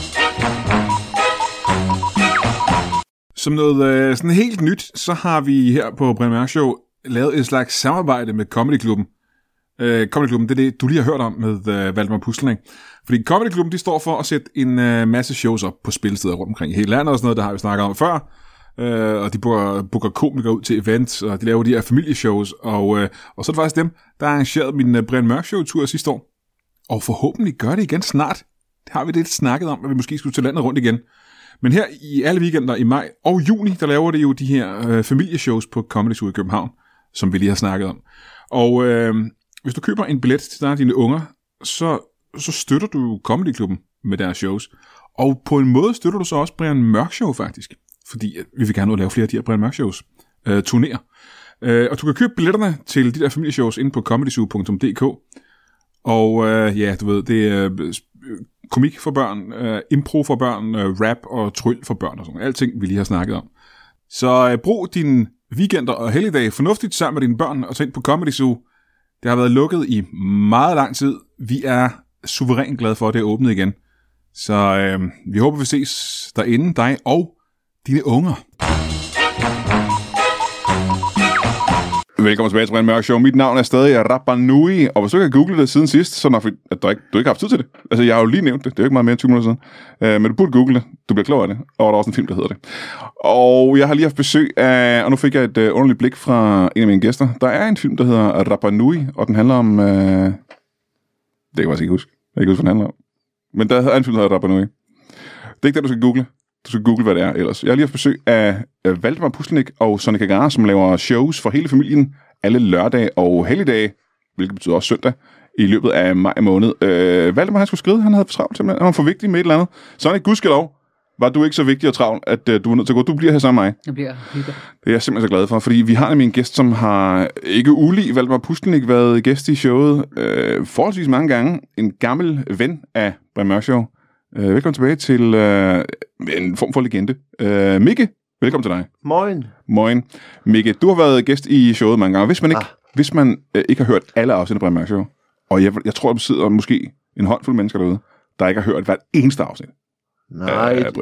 Som noget øh, sådan helt nyt, så har vi her på Brian Mørk Show lavet et slags samarbejde med Comedy Klubben. Øh, Comedy Klubben, det er det, du lige har hørt om med øh, Valdemar Puslening. Fordi Comedy Klubben, de står for at sætte en øh, masse shows op på spilsteder rundt omkring i hele landet og sådan noget, der har vi snakket om før. Øh, og de booker, booker komikere ud til events, og de laver de her familieshows. Og, øh, og så er det faktisk dem, der har arrangeret min øh, Brian Mørk Show-tur sidste år. Og forhåbentlig gør det igen snart. Det har vi lidt snakket om, at vi måske skulle til landet rundt igen. Men her i alle weekender i maj og juni, der laver det jo de her øh, familieshows på Comedy Zoo i København, som vi lige har snakket om. Og øh, hvis du køber en billet til dig og dine unger, så, så støtter du Comedy Klubben med deres shows. Og på en måde støtter du så også Brian Mørk Show faktisk, fordi vi vil gerne lave flere af de her Brian Mørk Shows, øh, turnéer. Øh, og du kan købe billetterne til de der familieshows inde på comedy zoo punktum d k. Og øh, ja, du ved, det er øh, komik for børn, øh, impro for børn, øh, rap og tryl for børn og sådan noget. Alting, vi lige har snakket om. Så øh, brug dine weekender og helligdage fornuftigt sammen med dine børn og tage ind på Comedy Zoo. Det har været lukket i meget lang tid. Vi er suverænt glade for, at det er åbnet igen. Så øh, vi håber, vi ses derinde, dig og dine unger. Velkommen tilbage til Brian Mørk Show. Mit navn er stadig Rapa Nui, og hvis du ikke har googlet det siden sidst, så er det nok, fordi, at du ikke, du ikke har haft tid til det. Altså, jeg har jo lige nævnt det. Det er jo ikke meget mere end tyve minutter siden. Uh, men du burde google det. Du bliver klog af det. Og der er også en film, der hedder det. Og jeg har lige haft besøg af, og nu fik jeg et uh, underligt blik fra en af mine gæster. Der er en film, der hedder Rapa Nui, og den handler om... Uh... Det kan jeg faktisk ikke huske. Jeg kan ikke huske, hvad den handler om. Men der er en film, der hedder Rapa Nui. Det er ikke det, du skal google. Du skal google, hvad det er ellers. Jeg har lige haft besøg af uh, Valdemar Puslenik og Sonny Kagara, som laver shows for hele familien alle lørdage og helligdage, hvilket betyder også søndag, i løbet af maj måned. Øh, Valdemar, han skulle skride, han havde for travlt simpelthen. Han var for vigtig med et eller andet. Sonny, gudskelov, var du ikke så vigtig og travl, at uh, du var nødt til at gå. Du bliver her sammen med mig. Jeg bliver hygge. Det er jeg simpelthen så glad for, fordi vi har nemlig en gæst, som har ikke ulig Valdemar Puslenik været gæst i showet øh, forholdsvis mange gange. En gammel ven af Brian Mørk Show. Øh, velkommen tilbage til øh, en form for legende. Øh, Mikke, velkommen til dig. Moin. Moin. Mikke, du har været gæst i showet mange gange. Hvis man ikke, Ah. hvis man, øh, ikke har hørt alle afsnit af Brian Mørk Show, og jeg, jeg tror, der sidder måske en håndfuld mennesker derude, der ikke har hørt hvert eneste afsnit Nej, af Brian.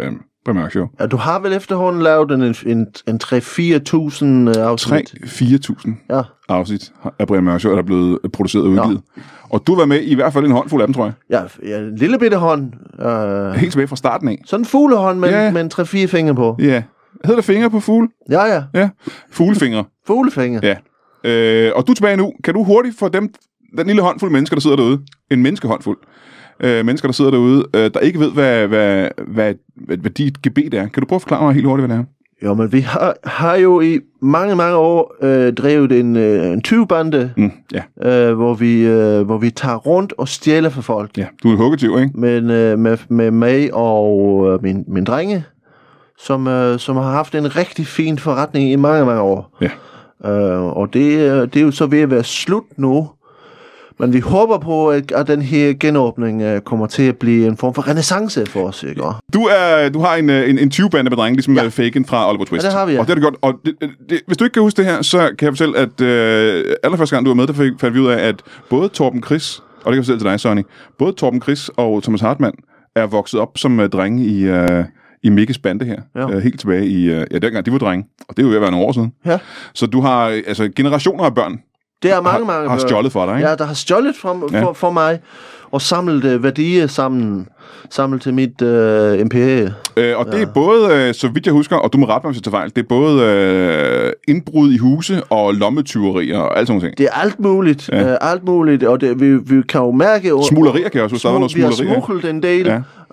Brian Mørk Show. Ja, du har vel efterhånden lavet en, en, en tre til fire tusind afsnit? tre til fire tusind ja. afsnit af Brian Mørk Show, der er blevet produceret og udgivet. Ja. Og du var med i hvert fald en håndfuld af dem, tror jeg. Ja, ja en lille bitte hånd. Uh, Helt tilbage fra starten af. Sådan en fuglehånd med, ja. med en tre til fire fingre på. Ja. Hedder det fingre på fugle? Ja, ja. Ja. Fuglefingre. Fuglefingre. Ja. Øh, og du er tilbage nu. Kan du hurtigt få dem, den lille håndfuld mennesker, der sidder derude, en menneskehåndfuld, øh, mennesker, der sidder derude, øh, der ikke ved, hvad, hvad, hvad, hvad, hvad dit gebet er. Kan du prøve at forklare mig helt hurtigt, hvad det er? Jo, men vi har, har jo i mange, mange år øh, drevet en, øh, en tyvebande, mm, ja. øh, hvor, vi, øh, hvor vi tager rundt og stjæler for folk. Ja, du er en huggetyv, ikke? Men, øh, med, med mig og øh, min, min drenge, som, øh, som har haft en rigtig fin forretning i mange, mange år. Ja. Øh, og det, det er jo så ved at være slut nu. Men vi håber på, at, at den her genåbning uh, kommer til at blive en form for renaissance for os, ikke? Du, er, du har en, en, en tyve-bande med drenge, ligesom ja. Faken fra Oliver Twist. Ja, det har vi, ja. Og det har du gjort. Og det, det, hvis du ikke kan huske det her, så kan jeg fortælle, at øh, allerførste gang, du var med, der fandt vi ud af, at både Torben Chris, og det kan jeg fortælle til dig, Sonny, både Torben Chris og Thomas Hartmann er vokset op som uh, drenge i... Uh, i Mikkes bande her, ja. øh, helt tilbage i, øh, ja, dengang de var drenge, og det er jo ved at være nogle år siden. Ja. Så du har, altså, generationer af børn, det er mange, har, mange har stjålet for dig, ikke? Ja, der har stjålet for, ja. for, for mig, og samlet øh, værdier sammen, samlet til mit øh, M P A. Øh, og det ja. er både, øh, så vidt jeg husker, og du må rette mig, hvis jeg tager fejl, det er både øh, indbrud i huse og lommetyverier og alt sådan noget. Det er alt muligt, ja. øh, alt muligt, og det, vi, vi kan jo mærke... Smuglerier kan jeg også huske, der var noget smuglerier. Vi har smuglet en del,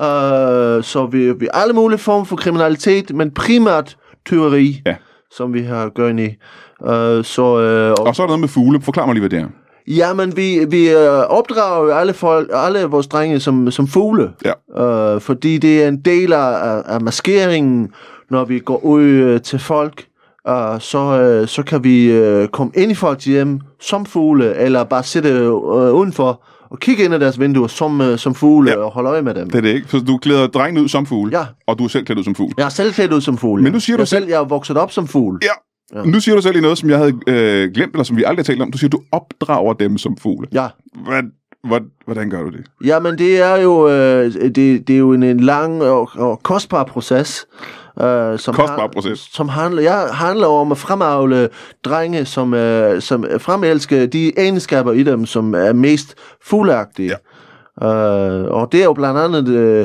ja. øh, så vi, vi alle mulige former for kriminalitet, men primært tyveri, ja. som vi har gjort i. Øh, så, øh, og, og så er der noget med fugle. Forklar mig lige, hvad det er. Jamen, vi, vi øh, opdrager jo alle, folk, alle vores drenge som, som fugle. Ja. Øh, fordi det er en del af, af maskeringen, når vi går ud øh, til folk. Øh, så, øh, så kan vi øh, komme ind i folks hjem som fugle, eller bare sidde øh, udenfor og kigge ind ad deres vinduer som, øh, som fugle ja. og holde øje med dem. Det er det ikke. Så du klæder drengen ud som fugle, ja. og du er selv klædt ud som fugle. Jeg er selv klædt ud som fugle. Men nu siger jeg du selv... Jeg er vokset op som fugle. Ja. Ja. Nu siger du selv i noget, som jeg havde øh, glemt, eller som vi aldrig har talt om. Du siger, du opdrager dem som fugle. Ja. Hvordan, hvordan gør du det? Jamen, det er jo, øh, det, det er jo en, en lang og, og kostbar proces. Øh, som kostbar han, proces? Som handler, ja, handler om at fremavle drenge, som, øh, som fremelsker de egenskaber i dem, som er mest fugleagtige. Ja. Uh, og det er jo blandt andet øh,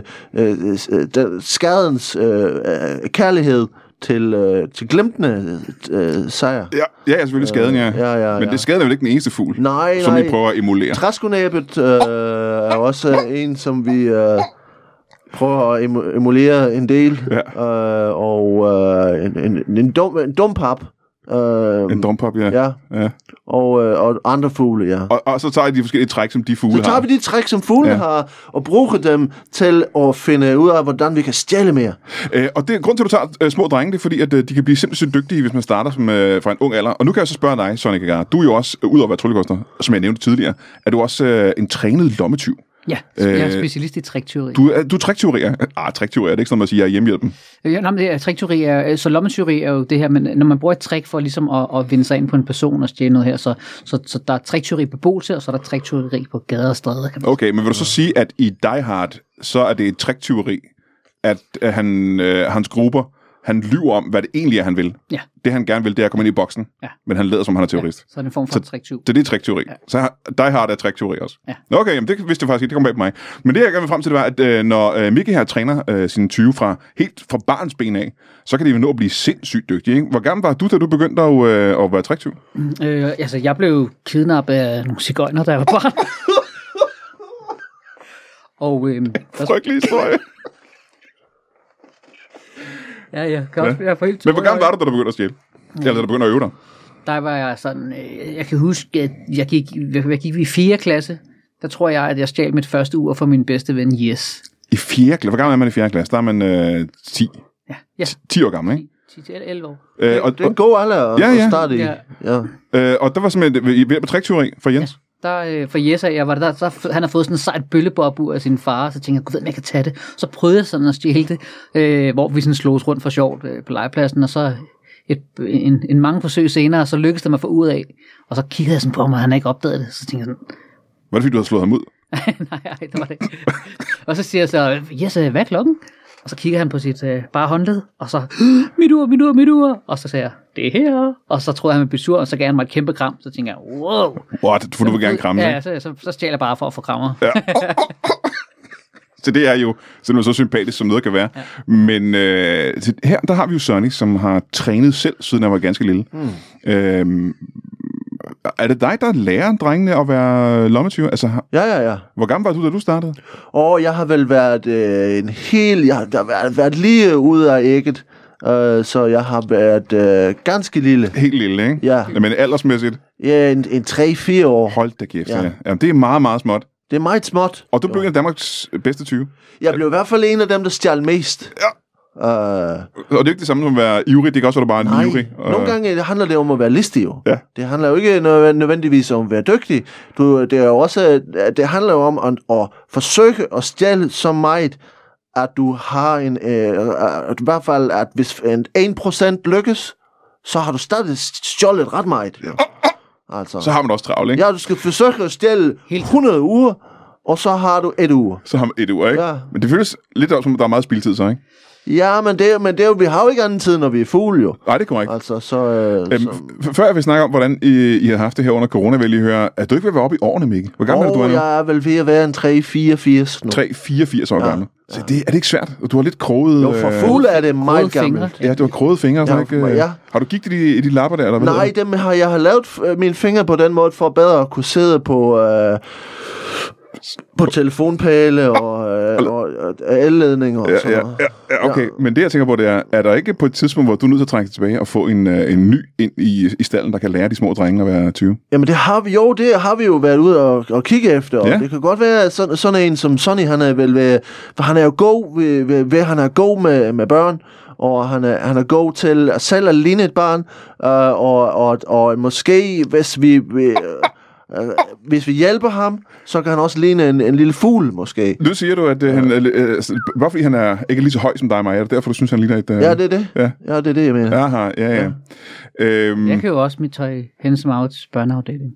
øh, skadens øh, kærlighed til, øh, til glemtende øh, sejr. Ja, ja, selvfølgelig skaden, ja. ja, ja, ja. Men det skaden er vel ikke den eneste fugl, nej, som nej. vi prøver at emulere? Træskonæbet øh, er også en, som vi øh, prøver at emulere en del. Ja. Øh, og øh, en, en, en, dum, en dumpap. Øh, en dumpap, ja. ja. ja. Og, øh, og andre fugle, ja. Og, og så tager de forskellige træk, som de fugle har. Så tager har. vi de træk, som fugle ja. har, og bruger dem til at finde ud af, hvordan vi kan stjæle mere. Øh, og det grund til, at du tager øh, små drenge, det er fordi, at øh, de kan blive simpelthen dygtige, hvis man starter som, øh, fra en ung alder. Og nu kan jeg så spørge dig, Sonny Kagara. Du er jo også, øh, udover at være tryllekunstner, som jeg nævnte tidligere, er du også øh, en trænet lommetyv. Ja, jeg er specialist i triktyveri. Du er, du er triktyverier? Ah, triktyverier, det er ikke sådan, man siger, jeg er hjemmehjælpen. Ja, nej, men det er triktyveri, er, så lommetyveri er jo det her, men når man bruger et trick for ligesom at, at vinde sig ind på en person og stjæle noget her, så, så, så der er triktyveri på beboelse, og så er der triktyveri på gader og stræder. Kan man okay, men vil du så sige, at i Die Hard, så er det et triktyveri, at, at han, øh, hans grupper, han lyver om, hvad det egentlig er, han vil. Ja. Det, han gerne vil, det er at komme ind i boksen, ja. men han lader, som han er terrorist. Ja, så er det en form for triktyv. Det er det triktyveri. Ja. Så Die Hard er triktyveri også. Ja. Okay, jamen det vidste jeg faktisk ikke, det kom bag på mig. Men det, jeg gerne vil frem til, det var, at øh, når øh, Mickey her træner øh, sine tyve fra helt fra barns ben af, så kan de jo nå at blive sindssygt dygtige, ikke? Hvor gammel var du, da du begyndte at, øh, at være triktyv? Mm, øh, altså, jeg blev kidnappet af nogle cigøjner, da jeg var barn. Og øh, frygtelig historie. Ja, ja, kan også ja. Helt men hvor gammel var du, da du begyndte at stjæle? Eller da du begyndte at øve dig? Der var jeg sådan, øh, jeg kan huske, at jeg gik, jeg gik i fjerde klasse. Der tror jeg, at jeg stjal mit første ur for min bedste ven, Yes. I fjerde klasse? Hvor gammel er man i fjerde klasse? Der er man øh, ti. Ja, ja. ti år gammel, ikke? ti til elleve år. Øh, og, det er en god alder at, ja, ja. at starte i. Ja. Ja. Øh, og der var simpelthen ved på triktyveri for Jens. Ja. Der, øh, for Jessa, jeg var der, der, der, han har fået sådan en sejt bøllebobur af sin far, så tænkte jeg, gud ved, om jeg kan tage det. Så prøvede jeg sådan at stjæle det, øh, hvor vi sådan slås rundt for sjovt øh, på legepladsen, og så et, en, en mange forsøg senere, så lykkedes det mig at få ud af, og så kiggede jeg sådan på ham, og han ikke opdaget det, så tænkte jeg sådan... Var det fordi, du havde slået ham ud? nej, nej, det var det ikke. Og så siger jeg så, Jessa, hvad er klokken? Og så kigger han på sit øh, bare håndled, og så, mit ur, mit ur, mit ur. Og så siger jeg, det er her. Og så tror jeg, han bliver sur, og så gav han mig et kæmpe kram. Så tænker jeg, wow. What? For du vil gerne kramme, ja, ikke? så, så, så stjæler jeg bare for at få krammer. Ja. Så det er jo simpelthen så sympatisk, som noget kan være. Ja. Men øh, her, der har vi jo Sonny, som har trænet selv, siden han var ganske lille. Mm. Øhm, er det dig, der lærer drengene at være lommetyve? Altså, Ja, ja, ja. hvor gammel var du, da du startede? Og jeg har vel været øh, en hel... Jeg har der har været, været lige ude af ægget, øh, så jeg har været øh, ganske lille. Helt lille, ikke? Ja. Men aldersmæssigt? Ja, en, en tre fire år. Hold da kæft, ja. Ja. Jamen, det er meget, meget småt. Det er meget småt. Og du blev en af Danmarks bedste tyve. Jeg blev i hvert fald en af dem, der stjal mest. Ja. Uh, Og det er ikke det samme som at være ivrig, det kan også være, bare en nej, ivrig. Og... nogle gange handler det om at være listig jo. Ja. Det handler jo ikke nødvendigvis om at være dygtig. Du, det, er jo også, det handler jo om at, at forsøge at stjæle så meget, at du har en... Øh, at i hvert fald, at hvis en en procent lykkes, så har du stadig stjålet ret meget. Jo. Altså. Så har man også travlt, ikke? Ja, du skal forsøge at stjæle hundrede uger, og så har du et uge. Så har man et uge, ikke? Ja. Men det føles lidt som, at der er meget spildtid så, ikke? Ja, men, det, men det er jo, vi har jo ikke anden tid, når vi er fugle, jo. Nej, det er korrekt. Altså, så... Øh, Øhm, så. f- før jeg vil snakke om, hvordan I, I har haft det her under corona, vil jeg lige høre, at du ikke vil være oppe i årene, Mikkel? Hvor gammel er du er Og nu? jeg er vel ved at være en tre fireogfirs nu. tre fireogfirs år Ja, gammel. Så det, er det ikke svært? Du har lidt kroget... Jo, for øh, fugle er det meget Krogede fingre. gammelt. Ja, du har kroget fingre. Ja, Ja, ikke, øh, ja. Har du gigt i de, i de lapper der, eller hvad Nej, hedder det? dem har, jeg har lavet øh, mine fingre på den måde, for bedre at kunne sidde på... Øh, på telefonpæle og, øh, og, og elledninger og Ja, sådan ja, noget. ja, ja, okay. Men det, jeg tænker på, det er, er der ikke på et tidspunkt, hvor du er nødt til at trække dig tilbage og få en, øh, en ny ind i, i stallen, der kan lære de små drenge at være tyve? Jamen det har vi jo, det har vi jo været ude og, og kigge efter, og Ja. det kan godt være, at sådan, sådan en som Sonny, han er vel ved, for han er jo god ved, ved, ved han er god med, med børn, og han er, han er god til at selv at ligne et barn, øh, og, og, og måske, hvis vi, vi øh, øh, hvis vi hjælper ham, så kan han også ligne en, en lille fugl, måske. Nu siger du, at øh, han, øh, øh, bare fordi han er ikke lige så høj som dig og mig, er det derfor, du synes, han ligner et... Øh... Ja, det er det. Ja. Ja, det er det, jeg mener. Aha, ja, ja. ja. Øhm, Jeg kan jo også mit tøj hen som Mauts børneafdeling.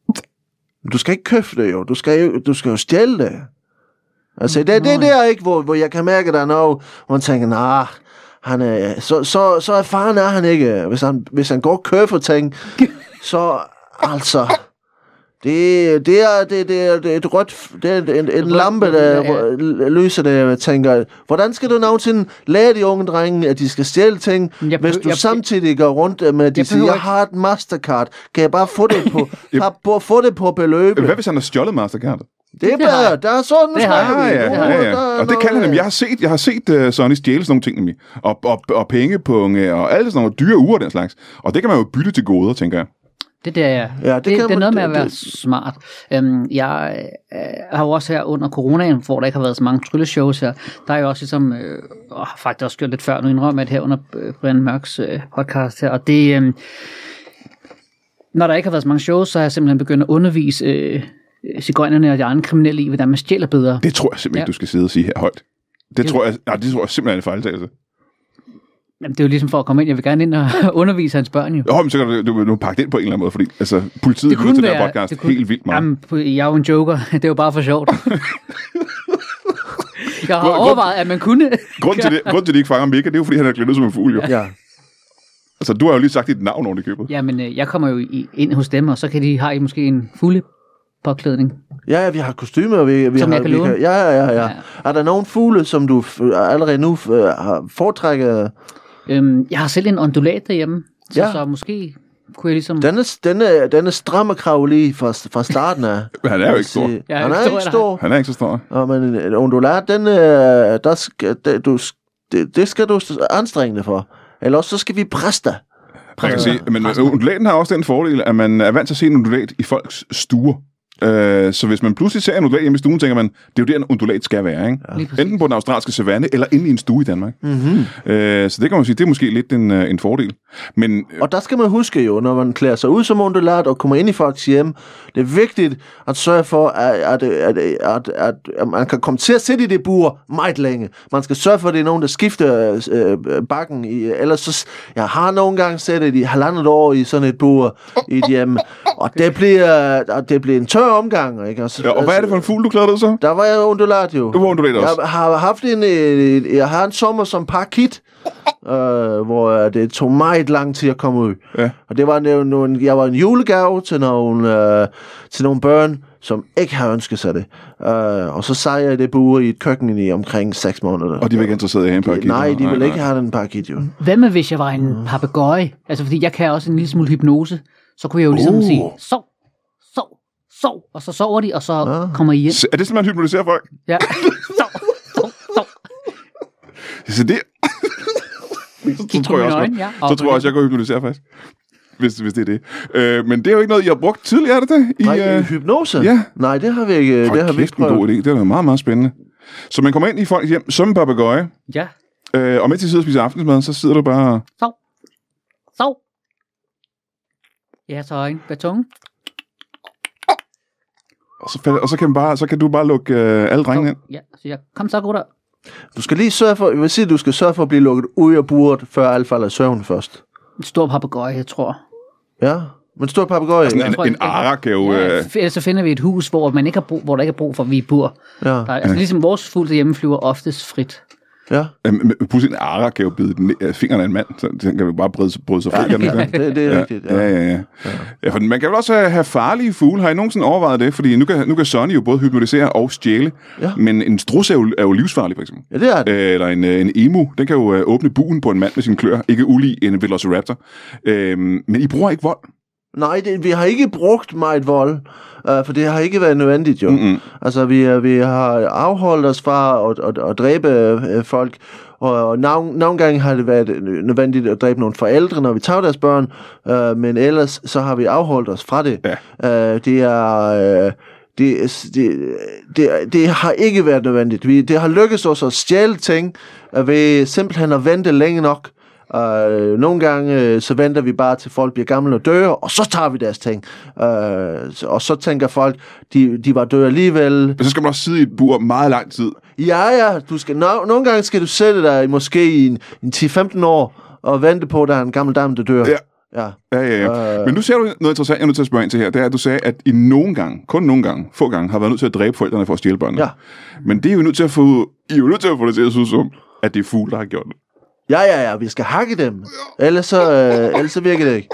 Du skal ikke købe det jo. Du skal jo, du skal jo stjæle det. Altså, det, det er der ikke, hvor, hvor jeg kan mærke, der er noget, hvor man tænker, nah, han er, så, så, så erfaren er han ikke. Hvis han, hvis han går og køber ting, så altså... Det, det, er, det, det, er, det er et rødt, det er en, en lampe, der lyser det, jeg tænker, hvordan skal du nogensinde lære de unge drenge, at de skal stjæle ting, Jeg hvis behøver- du jeg- samtidig går rundt med, at de Jeg siger, behøver jeg ikke- har et Mastercard, kan jeg bare få det på, bare få det på beløbet? hvad hvis han har stjålet Mastercard? Det er Det har bedre, jeg. der er sådan, nu Det har snakker Ja, vi. ja, Nu, ja, der ja. er Og det kan han noget- nemlig. Jeg har set, jeg har set uh, Sonny stjæle sådan nogle ting nemlig. Og, og, og pengepunge og alle sådan nogle dyre uger og den slags. Og det kan man jo bytte til goder, tænker jeg. Det der, ja. Ja, det det, kan det, det er man- noget med det- at være det- smart. Øhm, jeg øh, har jo også her under coronaen, hvor der ikke har været så mange trylleshows her, der er jo også ligesom, øh, åh, faktisk også gjort lidt før, nu indrømmer jeg det her under øh, Brian Mørks øh, podcast her, og det, øh, når der ikke har været så mange shows, så har jeg simpelthen begyndt at undervise øh, cigøjnerne og de andre kriminelle i, hvordan man stjæler bedre. Det tror jeg simpelthen Ja. ikke, du skal sidde og sige her højt. Det, det tror jeg, nej, det tror jeg simpelthen er en fejltagelse. Jamen, det er jo ligesom for at komme ind, jeg vil gerne ind og undervise hans børn jo. Jo, men så kan du, du, du pakke det ind på en eller anden måde, fordi altså, politiet Det lytter kunne til den her være- podcast det kunne- helt vildt meget. Jamen, jeg er jo en joker, det er jo bare for sjovt. Jeg har Grund- grund- overvejet, at man kunne... Grunden til, det, grunden til, at de ikke fanger Mika, det er jo, fordi han er klædt ud som en fugl, jo. Ja. Altså, du har jo lige sagt dit navn oven i købet. Ja, men øh, jeg kommer jo i, ind hos dem, og så kan de, har I måske en fulde påklædning. Ja, ja, vi har kostymer, og vi, vi Som har... jeg kan vi låne? ja, ja, ja, ja. Ja. Er der nogen fugle, som du f- allerede nu f- har foretrækket? Øhm, jeg har selv en ondulat derhjemme, så, Ja. så måske kunne jeg ligesom... Den er, den er, den er stram og kravlig fra, fra starten af. Men han er jo ikke stor. Jeg er Han ikke er stor, ikke eller? stor. Han er ikke så stor. Og men en undulat, den, øh, der skal, det, du, det, det skal du anstrenge dig for. Eller også så skal vi presse dig. Man kan sige, men undulaten har også den fordel, at man er vant til at se en undulat i folks stuer. Øh, så hvis man pludselig ser en undulat hjemme i stuen, tænker man, det er jo der, en undulat skal være, ikke? Lige præcis. Enten på den australske savanne, eller inde i en stue i Danmark. Mm-hmm. Øh, så det kan man sige, det er måske lidt en, øh, en fordel. Men øh, Og der skal man huske jo, når man klæder sig ud som undulat og kommer ind i folks hjem, det er vigtigt at sørge for, at, at, at, at, at, at man kan komme til at sidde i det bur meget længe. Man skal sørge for, at det er nogen, der skifter øh, bakken. I, ellers så, jeg har nogle gange set det i halvandet år i sådan et bur i et hjem, og det bliver, og det bliver en tør omgange, ikke? Altså, Ja, og hvad er det for en fugl, du klæder dig så? Der var jeg undulat jo. Du var undulat også. Jeg har haft en, øh, jeg har en sommer som parakit, øh, hvor det tog meget lang tid at komme ud. Ja. Og det var nogle, jeg var en julegave til nogle, øh, til nogle børn, som ikke har ønsket sig det. Uh, og så sagde jeg det bure i et køkken i omkring seks måneder. Og de var ikke interesseret i at have en parakit? Nej, de ville ikke have den parakit, jo. Hvad med, hvis jeg var en papegøje? Altså, fordi jeg kan også en lille smule hypnose. Så kunne jeg jo ligesom Uh. sige, sov, sov, sov. Og så sover de, og så Ah. kommer I ind. Så er det sådan, man hypnotiserer folk? Ja, sov, sov, sov. Så det... så, Kig tror på jeg mine også, øjne, godt. ja. Så tror jeg også, jeg går hypnotisere faktisk. Hvis, hvis det er det. Øh, men det er jo ikke noget, I har brugt tidligere, er det det? I, Nej, øh... hypnose? ja. Nej, det har vi ikke, det har vi ikke en god prøvet. idé. Det er meget, meget spændende. Så man kommer ind i folks hjem som en papegøje, Ja, øh, og mens de sidder og spiser aftensmad, så sidder du bare... sov, sov. Ja, så en baton. Og så, falder, og så, kan, man bare, så kan du bare lukke øh, alle drengene ind. Ja, så jeg, kom så, gutter. Du skal lige sørge for, jeg vil sige, du skal sørge for at blive lukket ud af buret, før alle falder i søvn først. En stor papegøje, jeg tror. Ja, men stor papegøje. Sådan Ja. en, tror, en jeg- arak er jo... Ja, Øh, f- ellers så finder vi et hus, hvor, man ikke har brug, hvor der ikke er brug for, at vi bor. Ja. Der er, altså, ligesom vores fugl derhjemme flyver oftest frit. Ja. øh, pludselig en arak kan jo bide den, øh, fingeren af en mand, så den kan jo bare bryde, bryde sig fri. Ja, kan den ja, ikke det? det, det er Ja, rigtigt. ja, ja, ja. ja for man kan vel også have, have farlige fugle. Har I nogensinde overvejet det? Fordi nu kan, nu kan Sonny jo både hypnotisere og stjæle. Ja. Men en strus er jo, er jo livsfarlig, for eksempel. Ja, det er det. Øh, eller en, øh, en emu, den kan jo øh, åbne buen på en mand med sine klør. Ikke ulig en velociraptor. Øh, men I bruger ikke vold. Nej, det, vi har ikke brugt meget vold, uh, for det har ikke været nødvendigt, jo. Mm-mm. Altså, vi, vi har afholdt os fra at, at, at dræbe uh, folk, og, og nogle, nogle gange har det været nødvendigt at dræbe nogle forældre, når vi tager deres børn, uh, men ellers så har vi afholdt os fra det. Ja. Uh, det er... Uh, det, det, det, det har ikke været nødvendigt. Vi, det har lykkedes os at stjæle ting, uh, ved simpelthen at vente længe nok. Uh, nogle gange uh, så venter vi bare til folk bliver gamle og dør, og så tager vi deres ting. Uh, og så tænker folk, de, de var døde alligevel. Men så skal man også sidde i et bur meget lang tid. Ja, ja, du skal, no, nogle gange skal du sætte dig måske i en, en ti til femten år og vente på, at der er en gammel dame, der dør. Ja. Ja. Ja, ja, ja. Øh. Men nu ser du noget interessant, jeg er nødt til at spørge ind til her. Det er, at du sagde, at I nogle gange, kun nogle gange, få gange, har været nødt til at dræbe forældrene for at stjæle børnene. Ja. Men det er jo nødt til at få, I er jo nødt til at få det til at se ud som, at det er fugle, der har gjort det. Ja, ja, ja, vi skal hakke dem. Ellers så, øh, ellers så virker det ikke.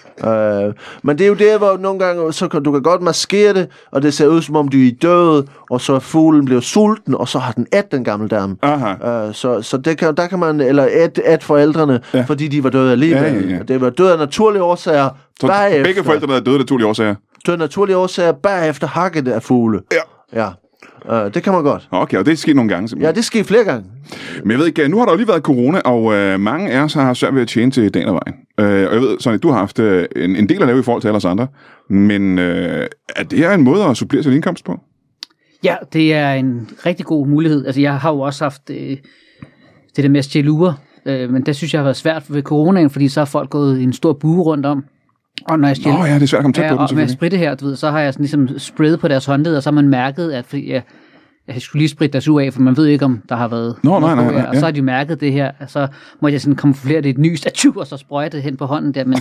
Uh, men det er jo der, hvor nogle gange, så kan, du kan godt maskere det, og det ser ud som om de er døde, og så er fuglen blevet sulten, og så har den ædt den gamle dame. Aha. Uh, så så det kan, der kan man, eller ædt, ædt forældrene, Ja. fordi de var døde alligevel. Ja, ja, ja. Det var døde af naturlige årsager, Så bagefter. begge forældrene er døde af naturlige årsager. Døde af naturlige årsager, bagefter hakket af fugle. Ja. Ja. Uh, det kan man godt. Okay, og det er sket nogle gange Ja, simpelthen. det sker flere gange. Men jeg ved ikke, nu har der jo lige været corona, og øh, mange af os har svært ved at tjene til dagen og vejen. Øh, og jeg ved, Sonny, du har haft øh, en, en del at lave i forhold til alle os andre. Men øh, er det her en måde at supplere sin indkomst på? Ja, det er en rigtig god mulighed. Altså, jeg har jo også haft øh, det der med at stjæle uger, øh, men det synes jeg har været svært ved coronaen, fordi så har folk gået i en stor bue rundt om. Og når jeg stjæler, Nå ja, det er svært at komme tæt ja, på den, og med selvfølgelig. spritte her, du ved, så har jeg sådan ligesom sprayet på deres håndled, og så har man mærket, at fordi jeg, jeg skulle lige spritte deres uge af, for man ved ikke, om der har været Nå, noget nej, på nej, her. nej, Og så ja. har de mærket det her, og så måtte jeg sådan kamuflere det i et ny stativ, og så sprøjte det hen på hånden der, men...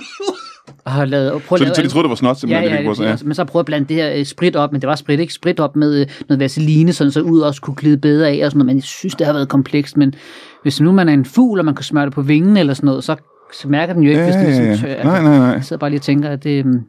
og har lavet, og prøvet Så, at de, lave så de alt- troede, det var snot, Ja, simpelthen? ja, det, det, ja. ja. Men så prøvede at blande det her øh, sprit op, men det var sprit, ikke? Sprit op med øh, noget vaseline, sådan så ud også kunne glide bedre af og sådan noget. Men jeg synes, det har været komplekst. Men hvis nu man er en fugl, og man kan smøre det på vingen eller sådan noget, så, så mærker den jo ikke, Ja, hvis det ja, ligesom ja. tør. Nej, nej, nej. Jeg sidder bare lige og tænker, at det... øhm,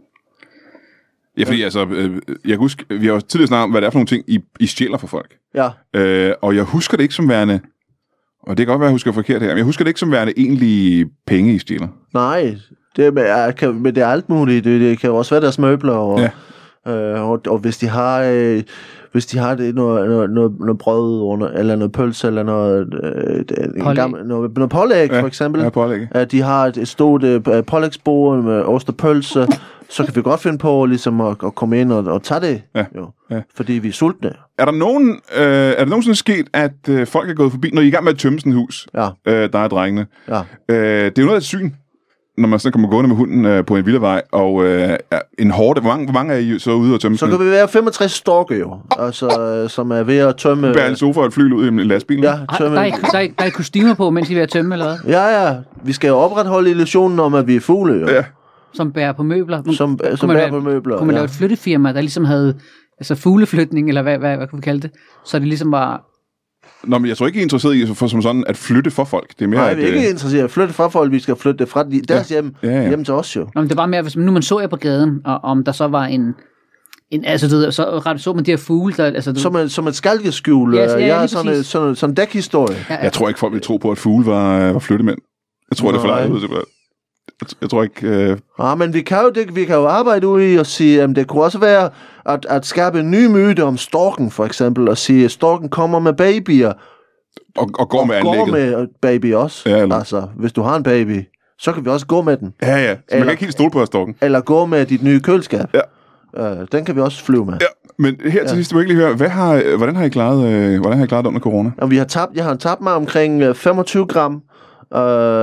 Ja, fordi altså, øh, jeg kan huske, vi har jo tidligere snakket om, hvad det er for nogle ting, I, I stjæler fra folk. Ja. Øh, og jeg husker det ikke som værende, og det kan godt være, jeg husker forkert her, men jeg husker det ikke som værende egentlig penge, I stjæler. Nej, det er, kan, men det er alt muligt. Det, det kan jo også være deres møbler, og, Ja. øh, og, og hvis de har... Øh, hvis de har det, noget, noget, noget, noget brød under, eller noget pølse, eller noget, øh, en Pålæg. gammel, noget, noget pålæg, Ja, for eksempel. ja, pålæg. At de har et, et stort øh, pålægsbord med ost og pølse, så kan vi godt finde på ligesom at, at komme ind og, og tage det, Ja, jo, ja. fordi vi er sultne. Er der nogen, øh, er der nogensinde sket, at øh, folk er gået forbi, når I er i gang med at tømme sådan et hus, Ja, øh, der er drengene? ja. Øh, det er jo noget af et syn, når man sådan kommer gående med hunden øh, på en villavej, og øh, er en hårde. Hvor mange, hvor mange er I så ude og tømme Så sådan kan vi være femogtres storke jo, altså, øh, som er ved at tømme... bære en sofa og et fly ud i en lastbil? Ja, Ej, tømme... der, er, der, er, der er kostymer på, mens I er ved at tømme, eller hvad? Ja, ja. Vi skal jo opretholde illusionen om, at vi er fugle, jo. Ja. som bærer på møbler. Som, Kunne som man bærer lave- på møbler, Kunne man ja. lave et flyttefirma, der ligesom havde altså fugleflytning, eller hvad, hvad, hvad kan vi kalde det? Så det ligesom var... Nå, men jeg tror ikke, I er interesseret i for, som sådan at flytte for folk. Det er mere, Nej, at, vi er ikke øh, interesseret i at flytte fra folk, vi skal flytte det fra de- deres hjem, Ja, ja. hjem til os jo. Nå, men det var mere, hvis nu man så jer på gaden, og om der så var en... en altså, du ved, så ret så man de her fugle, der... Altså, du, Som et, som et skalkeskjul. Ja, Ja, ja, ja, lige ja, sådan, præcis. en, sådan, sådan en dækhistorie. ja, ja. jeg tror ikke, folk vil tro på, at fugle var, var flyttemænd. Jeg tror, det er for Nej. langt ud til det. Jeg, jeg tror ikke... Øh... Ja, men vi kan jo, det, vi kan jo arbejde ude i og sige, at det kunne også være at, at skabe en ny myte om storken, for eksempel, og sige, at storken kommer med babyer, Og, og går med går anlægget. med baby også. Ja, eller- Altså, hvis du har en baby, så kan vi også gå med den. Ja, ja. Så man Eller- kan ikke helt stole på storken. Eller gå med dit nye køleskab. Ja. Uh, den kan vi også flyve med. Ja, men her til Ja. sidst, du vil ikke lige høre, hvad har, hvordan har I klaret, øh, hvordan har I klaret det under corona? Og vi har tabt, jeg har tabt mig omkring øh, femogtyve gram, øh,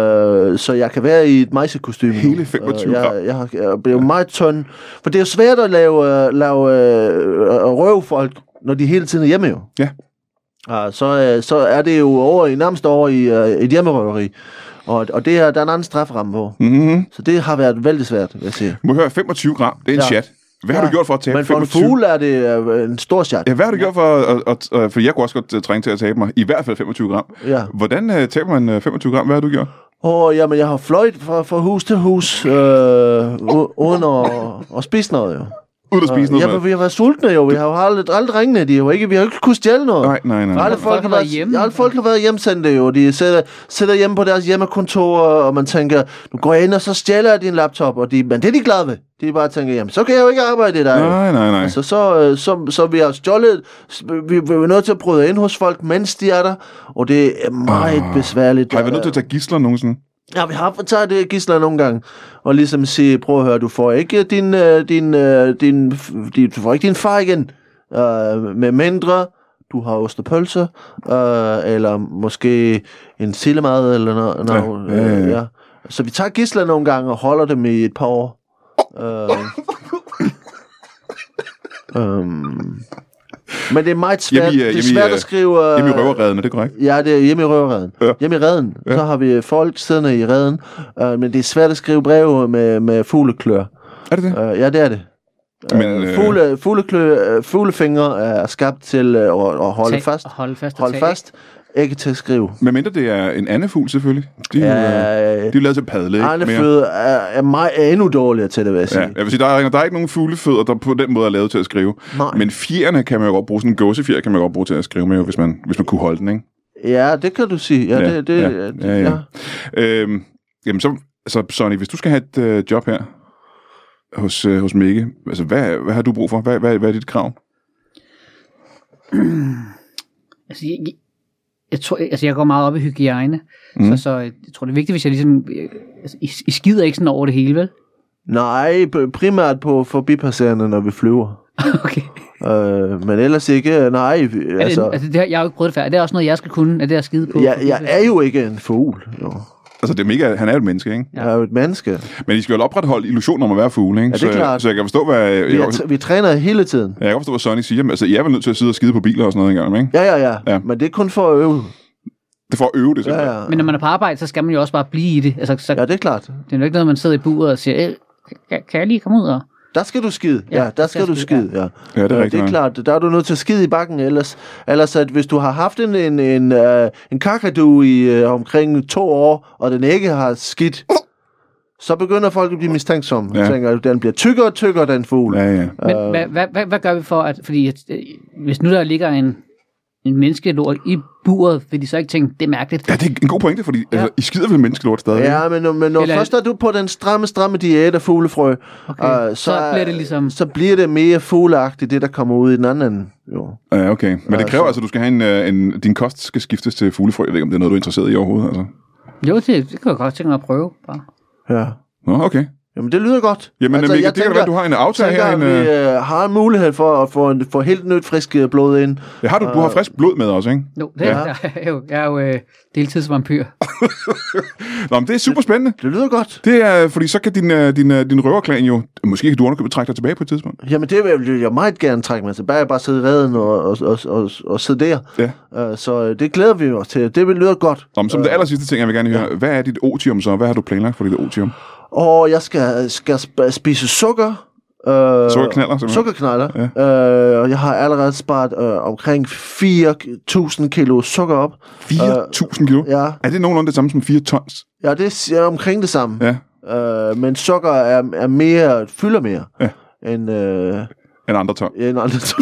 så jeg kan være i et mejsekostyme. nu. Hele femogtyve Øh, gram? jeg, jeg, har, jeg bliver meget tynd. For det er jo svært at lave, øh, lave øh, røvfolk, når de hele tiden er hjemme jo. Ja. Uh, så, øh, så er det jo over i, nærmest over i øh, et hjemmerøveri. Og, og det er, der er en anden strafferamme på. Mm-hmm. Så det har været vældig svært, vil jeg sige. Må jeg høre, femogtyve gram, det er en Ja. chat. Hvad har Ja. du gjort for at tabe Men for en femogtyve? fugle er det øh, en stor chat. Ja, hvad har du gjort for at, at, at, for jeg kunne også godt uh, trænge til at tabe mig, i hvert fald femogtyve gram. Ja. Hvordan uh, taber man uh, femogtyve gram? Hvad har du gjort? Og jamen, jeg har fløjt fra, fra hus til hus, øh, u- uden at, at spise noget, jo. Ud at spise noget Ja, mad? men vi har været sultne, jo. Vi har jo aldrig, aldrig ringene, de er jo ikke, vi har jo ikke kunnet stjæle noget. Nej, nej, nej. For alle Folk folk, har har været været hjemme. alle folk har været hjemsendte, jo. De sidder, sidder hjemme på deres hjemmekontor, og man tænker, nu går jeg ind, og så stjæler jeg din laptop, og de, men det er de glade ved. De bare tænker, jamen, så kan jeg jo ikke arbejde i dag. Nej, nej, nej. Altså, så, øh, så, så vi har stjålet, vi, vi er nødt til at bryde ind hos folk, mens de er der, og det er meget Ah. besværligt. Har I været nødt til at tage gidsler nogensinde? Ja, vi har taget det gidsler nogle gange, og ligesom sige, prøv at høre, du får ikke din, øh, din, øh, din, din, du får ikke din far igen, øh, med mindre du har ostepølse, øh, eller måske en sillemad, eller noget. Ja, noget ja, ja, øh, ja. ja. Så vi tager gidsler nogle gange, og holder dem i et par år. Øh, øhm, men det er meget svært, Hjemme i, øh, det er hjemme i, svært øh, at skrive... Øh, Hjemme i røverredden, er det korrekt? Ja, det er hjemme i røverreden. Ja. Ja. Hjemme i redden. Ja. Ja. Så har vi folk siddende i redden, øh, men det er svært at skrive breve med, med fugleklør. Er det det? Øh, ja, det er det. Men, Men, øh, øh, fugle, fugleklø, øh, fuglefingre er skabt til øh, at, at holde Tag- fast. og holde fast. og Hold tage. fast. Ikke til at skrive. Men mindre det er en andefugl, selvfølgelig. De, er jo, øh, de er Øh, jo lavet til at padle, ikke? Arne Mere. Føde er, er, meget, er endnu dårligere til det, vil jeg sige. Ja, jeg vil sige, der er, der er ikke nogen fuglefødder, der på den måde er lavet til at skrive. Nej. Men fjerne kan man jo godt bruge, sådan en gåsefjer kan man godt bruge til at skrive med, jo, hvis man, hvis man kunne holde den, ikke? Ja, det kan du sige. Ja, Ja, det, det, ja, ja, ja, ja. Øhm, jamen så, så Sonny, hvis du skal have et øh, job her hos, øh, hos Mikke, altså hvad, hvad har du brug for? Hvad, hvad, hvad er dit krav? Altså, jeg, jeg, jeg, tror, altså, jeg går meget op i hygiejne, Mm. mm. så, så jeg tror, det er vigtigt, hvis jeg ligesom... øh, Altså, I, I skider ikke sådan over det hele, vel? Nej, p- primært på forbipasserende, når vi flyver. Okay. Øh, men ellers ikke, nej. Altså, Altså, er det, altså det har, jeg har jo ikke prøvet det før. Er det også noget, jeg skal kunne? Er det at skide på? jeg, jeg er jo ikke en fugl. Jo. Altså, det er mega, han er jo et menneske, ikke? Jeg er jo et menneske. Men I skal jo opretholde illusionen om at være fugle, ikke? Ja, det er så, klart. så jeg kan forstå, hvad... Jeg, Vi, jeg, er, vi træner hele tiden. jeg kan forstå, hvad Sonny siger. Men, altså, I er vel nødt til at sidde og skide på biler og sådan noget engang, ikke? Ja, ja, ja, Ja. ja. Men det er kun for at øve. Det er for at øve det, Ja, simpelthen. ja. Men når man er på arbejde, så skal man jo også bare blive i det. Altså, så, Ja, det er klart. det er jo ikke noget, man sidder i buret og siger, "Øh, kan, kan jeg lige komme ud og... Der skal du skide. Ja, Ja, der skal du skide, ja. Ja, det er Øh, rigtigt det er nok. klart. Der er du nødt til at skide i bakken, ellers, ellers at hvis du har haft en, en, en, uh, en kakadu i uh, omkring to år, og den ikke har skidt, så begynder folk at blive mistænksomme. Ja. Ja. Tænker, at den bliver tykkere og tykkere, den fugl. Ja, ja. Men øh, hvad, hvad, hvad, hvad gør vi for, at... Fordi at, øh, hvis nu der ligger en, en menneskelort i buret, vil de så ikke tænke, det er mærkeligt. Ja, det er en god pointe, fordi Ja. altså, I skider vel menneskelort stadig. Ja, men, men når Eller- først er du på den stramme, stramme diæt af fuglefrø, Okay, øh, så bliver det ligesom- så bliver det mere fugleagtigt, det der kommer ud i den anden. Jo. Ja, okay. Men det Ja, kræver så- altså, at du skal have en, øh, en... Din kost skal skiftes til fuglefrø. Jeg ved ikke, om det er noget, du er interesseret i overhovedet, altså. Jo, det, det kan jeg godt tænke mig at prøve. Bare. Ja. Nå, okay. Jamen, det lyder godt. Jamen, altså, Mikkel, jeg det kan være, at du har en aftale tænker, her. En, at vi øh, øh, har en mulighed for at få, en, få helt nyt frisk øh, blod ind. ja, har du, du har frisk blod med også, ikke? Jo, det, Ja. ja. jeg, er jo, jeg er jo øh, deltidsvampyr. Nå, men det er super spændende. Det lyder godt. Det er, fordi så kan din, øh, din, øh, din røverklan jo... Måske kan du underkøbet trække dig tilbage på et tidspunkt. Jamen, det vil jeg meget gerne trække mig tilbage. Bare sidde i redden og, og, og, og, og sidde der. Ja. Uh, så øh, det glæder vi os til. Det vil lyde godt. Nå, men som det aller sidste ting, jeg vil gerne høre. Hvad er dit otium så? Hvad har du planlagt for dit otium? Og jeg skal, skal sp- spise sukker. Øh, Sukkerknaller, simpelthen. Sukkerknaller. Ja. Øh, og jeg har allerede sparet øh, omkring fire tusind kilo sukker op. fire tusind kilo? Ja, Er det nogenlunde det samme som fire tons? ja det er omkring det samme. Ja. Øh, men sukker er, er mere, fylder mere Ja. end, øh, En andre ton. end andre ting.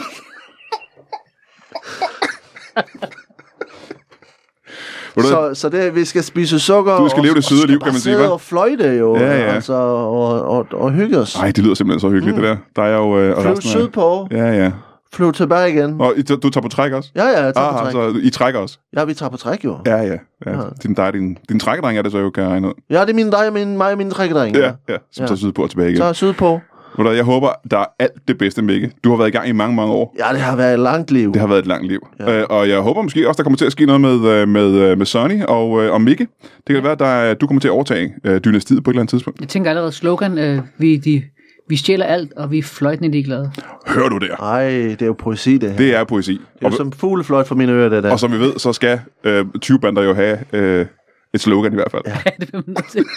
Så, så det, vi skal spise sukker. Du skal leve det søde og, liv, kan man sige, hva'? Og fløjte jo, Ja, ja. altså, og, og, og hygge os. Nej, det lyder simpelthen så hyggeligt, mm. det der. Der er jo... Øh, og Flyv resten af- sydpå, Ja, ja. flyv tilbage igen. Og I, du tager på træk også? Ja, ja, jeg tager på Ah, træk. så I trækker også? Ja, vi tager på træk jo. Ja, ja. ja. Ja. Din, dig, din, din trækkedreng er det så jo, kan jeg regne ud. Ja, det er min dig, min, mig og min trækkedreng. Ja, ja. Som Ja. tager sydpå og tilbage igen. Så sydpå. Ved du hvad, Jeg håber, der er alt det bedste, Mikke. Du har været i gang i mange, mange år. Ja, det har været et langt liv. Det har været et langt liv. Ja. Øh, og jeg håber måske også, der kommer til at ske noget med, øh, med, øh, med Sonny og, øh, og Mikke. Det kan være, at der, du kommer til at overtage øh, dynastiet på et eller andet tidspunkt. Jeg tænker allerede slogan, øh, vi, de, vi stjæler alt, og vi er fløjtende ligeglade. Hører du der? Ej, det er jo poesi, det her. Det er poesi. Det er Og, jo som fuglefløjt for mine ører, det der. og som vi ved, så skal øh, tyve bander jo have øh, et slogan i hvert fald. Ja. Ja, det vil man nødt til.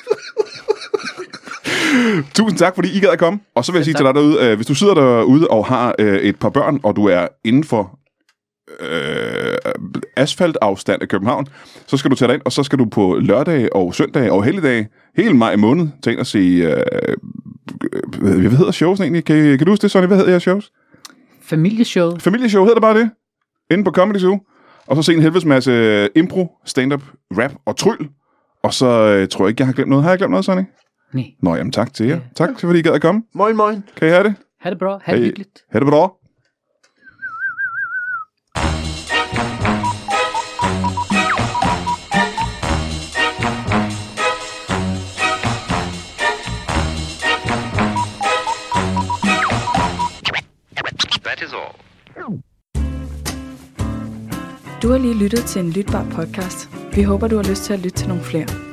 Tusind tak, fordi I gad at komme. Og så vil jeg sige til dig derude, øh, hvis du sidder derude og har øh, et par børn, og du er inden for øh, asfaltafstand af København, så skal du tage dig ind, og så skal du på lørdag og søndag og helligdag, hele maj måned, tage ind og se, øh, øh, hvad hedder shows egentlig? Kan, kan du huske det, Sonny? Hvad hedder jeres shows? Familieshow. Familieshow hedder det bare det? Inde på Comedy Zoo. Og så se en helvedes masse impro, stand-up, rap og tryl. Og så øh, tror jeg ikke, jeg har glemt noget. Har jeg glemt noget, Sonny? Nej. Nå, jamen tak til jer. Tak, fordi I gad at komme. Moin, moin. Kan I have det? Ha' det bra. Ha' det Hey. hyggeligt. Ha' det bra. That is all. Du har lige lyttet til en lytbar podcast. Vi håber, du har lyst til at lytte til nogle flere.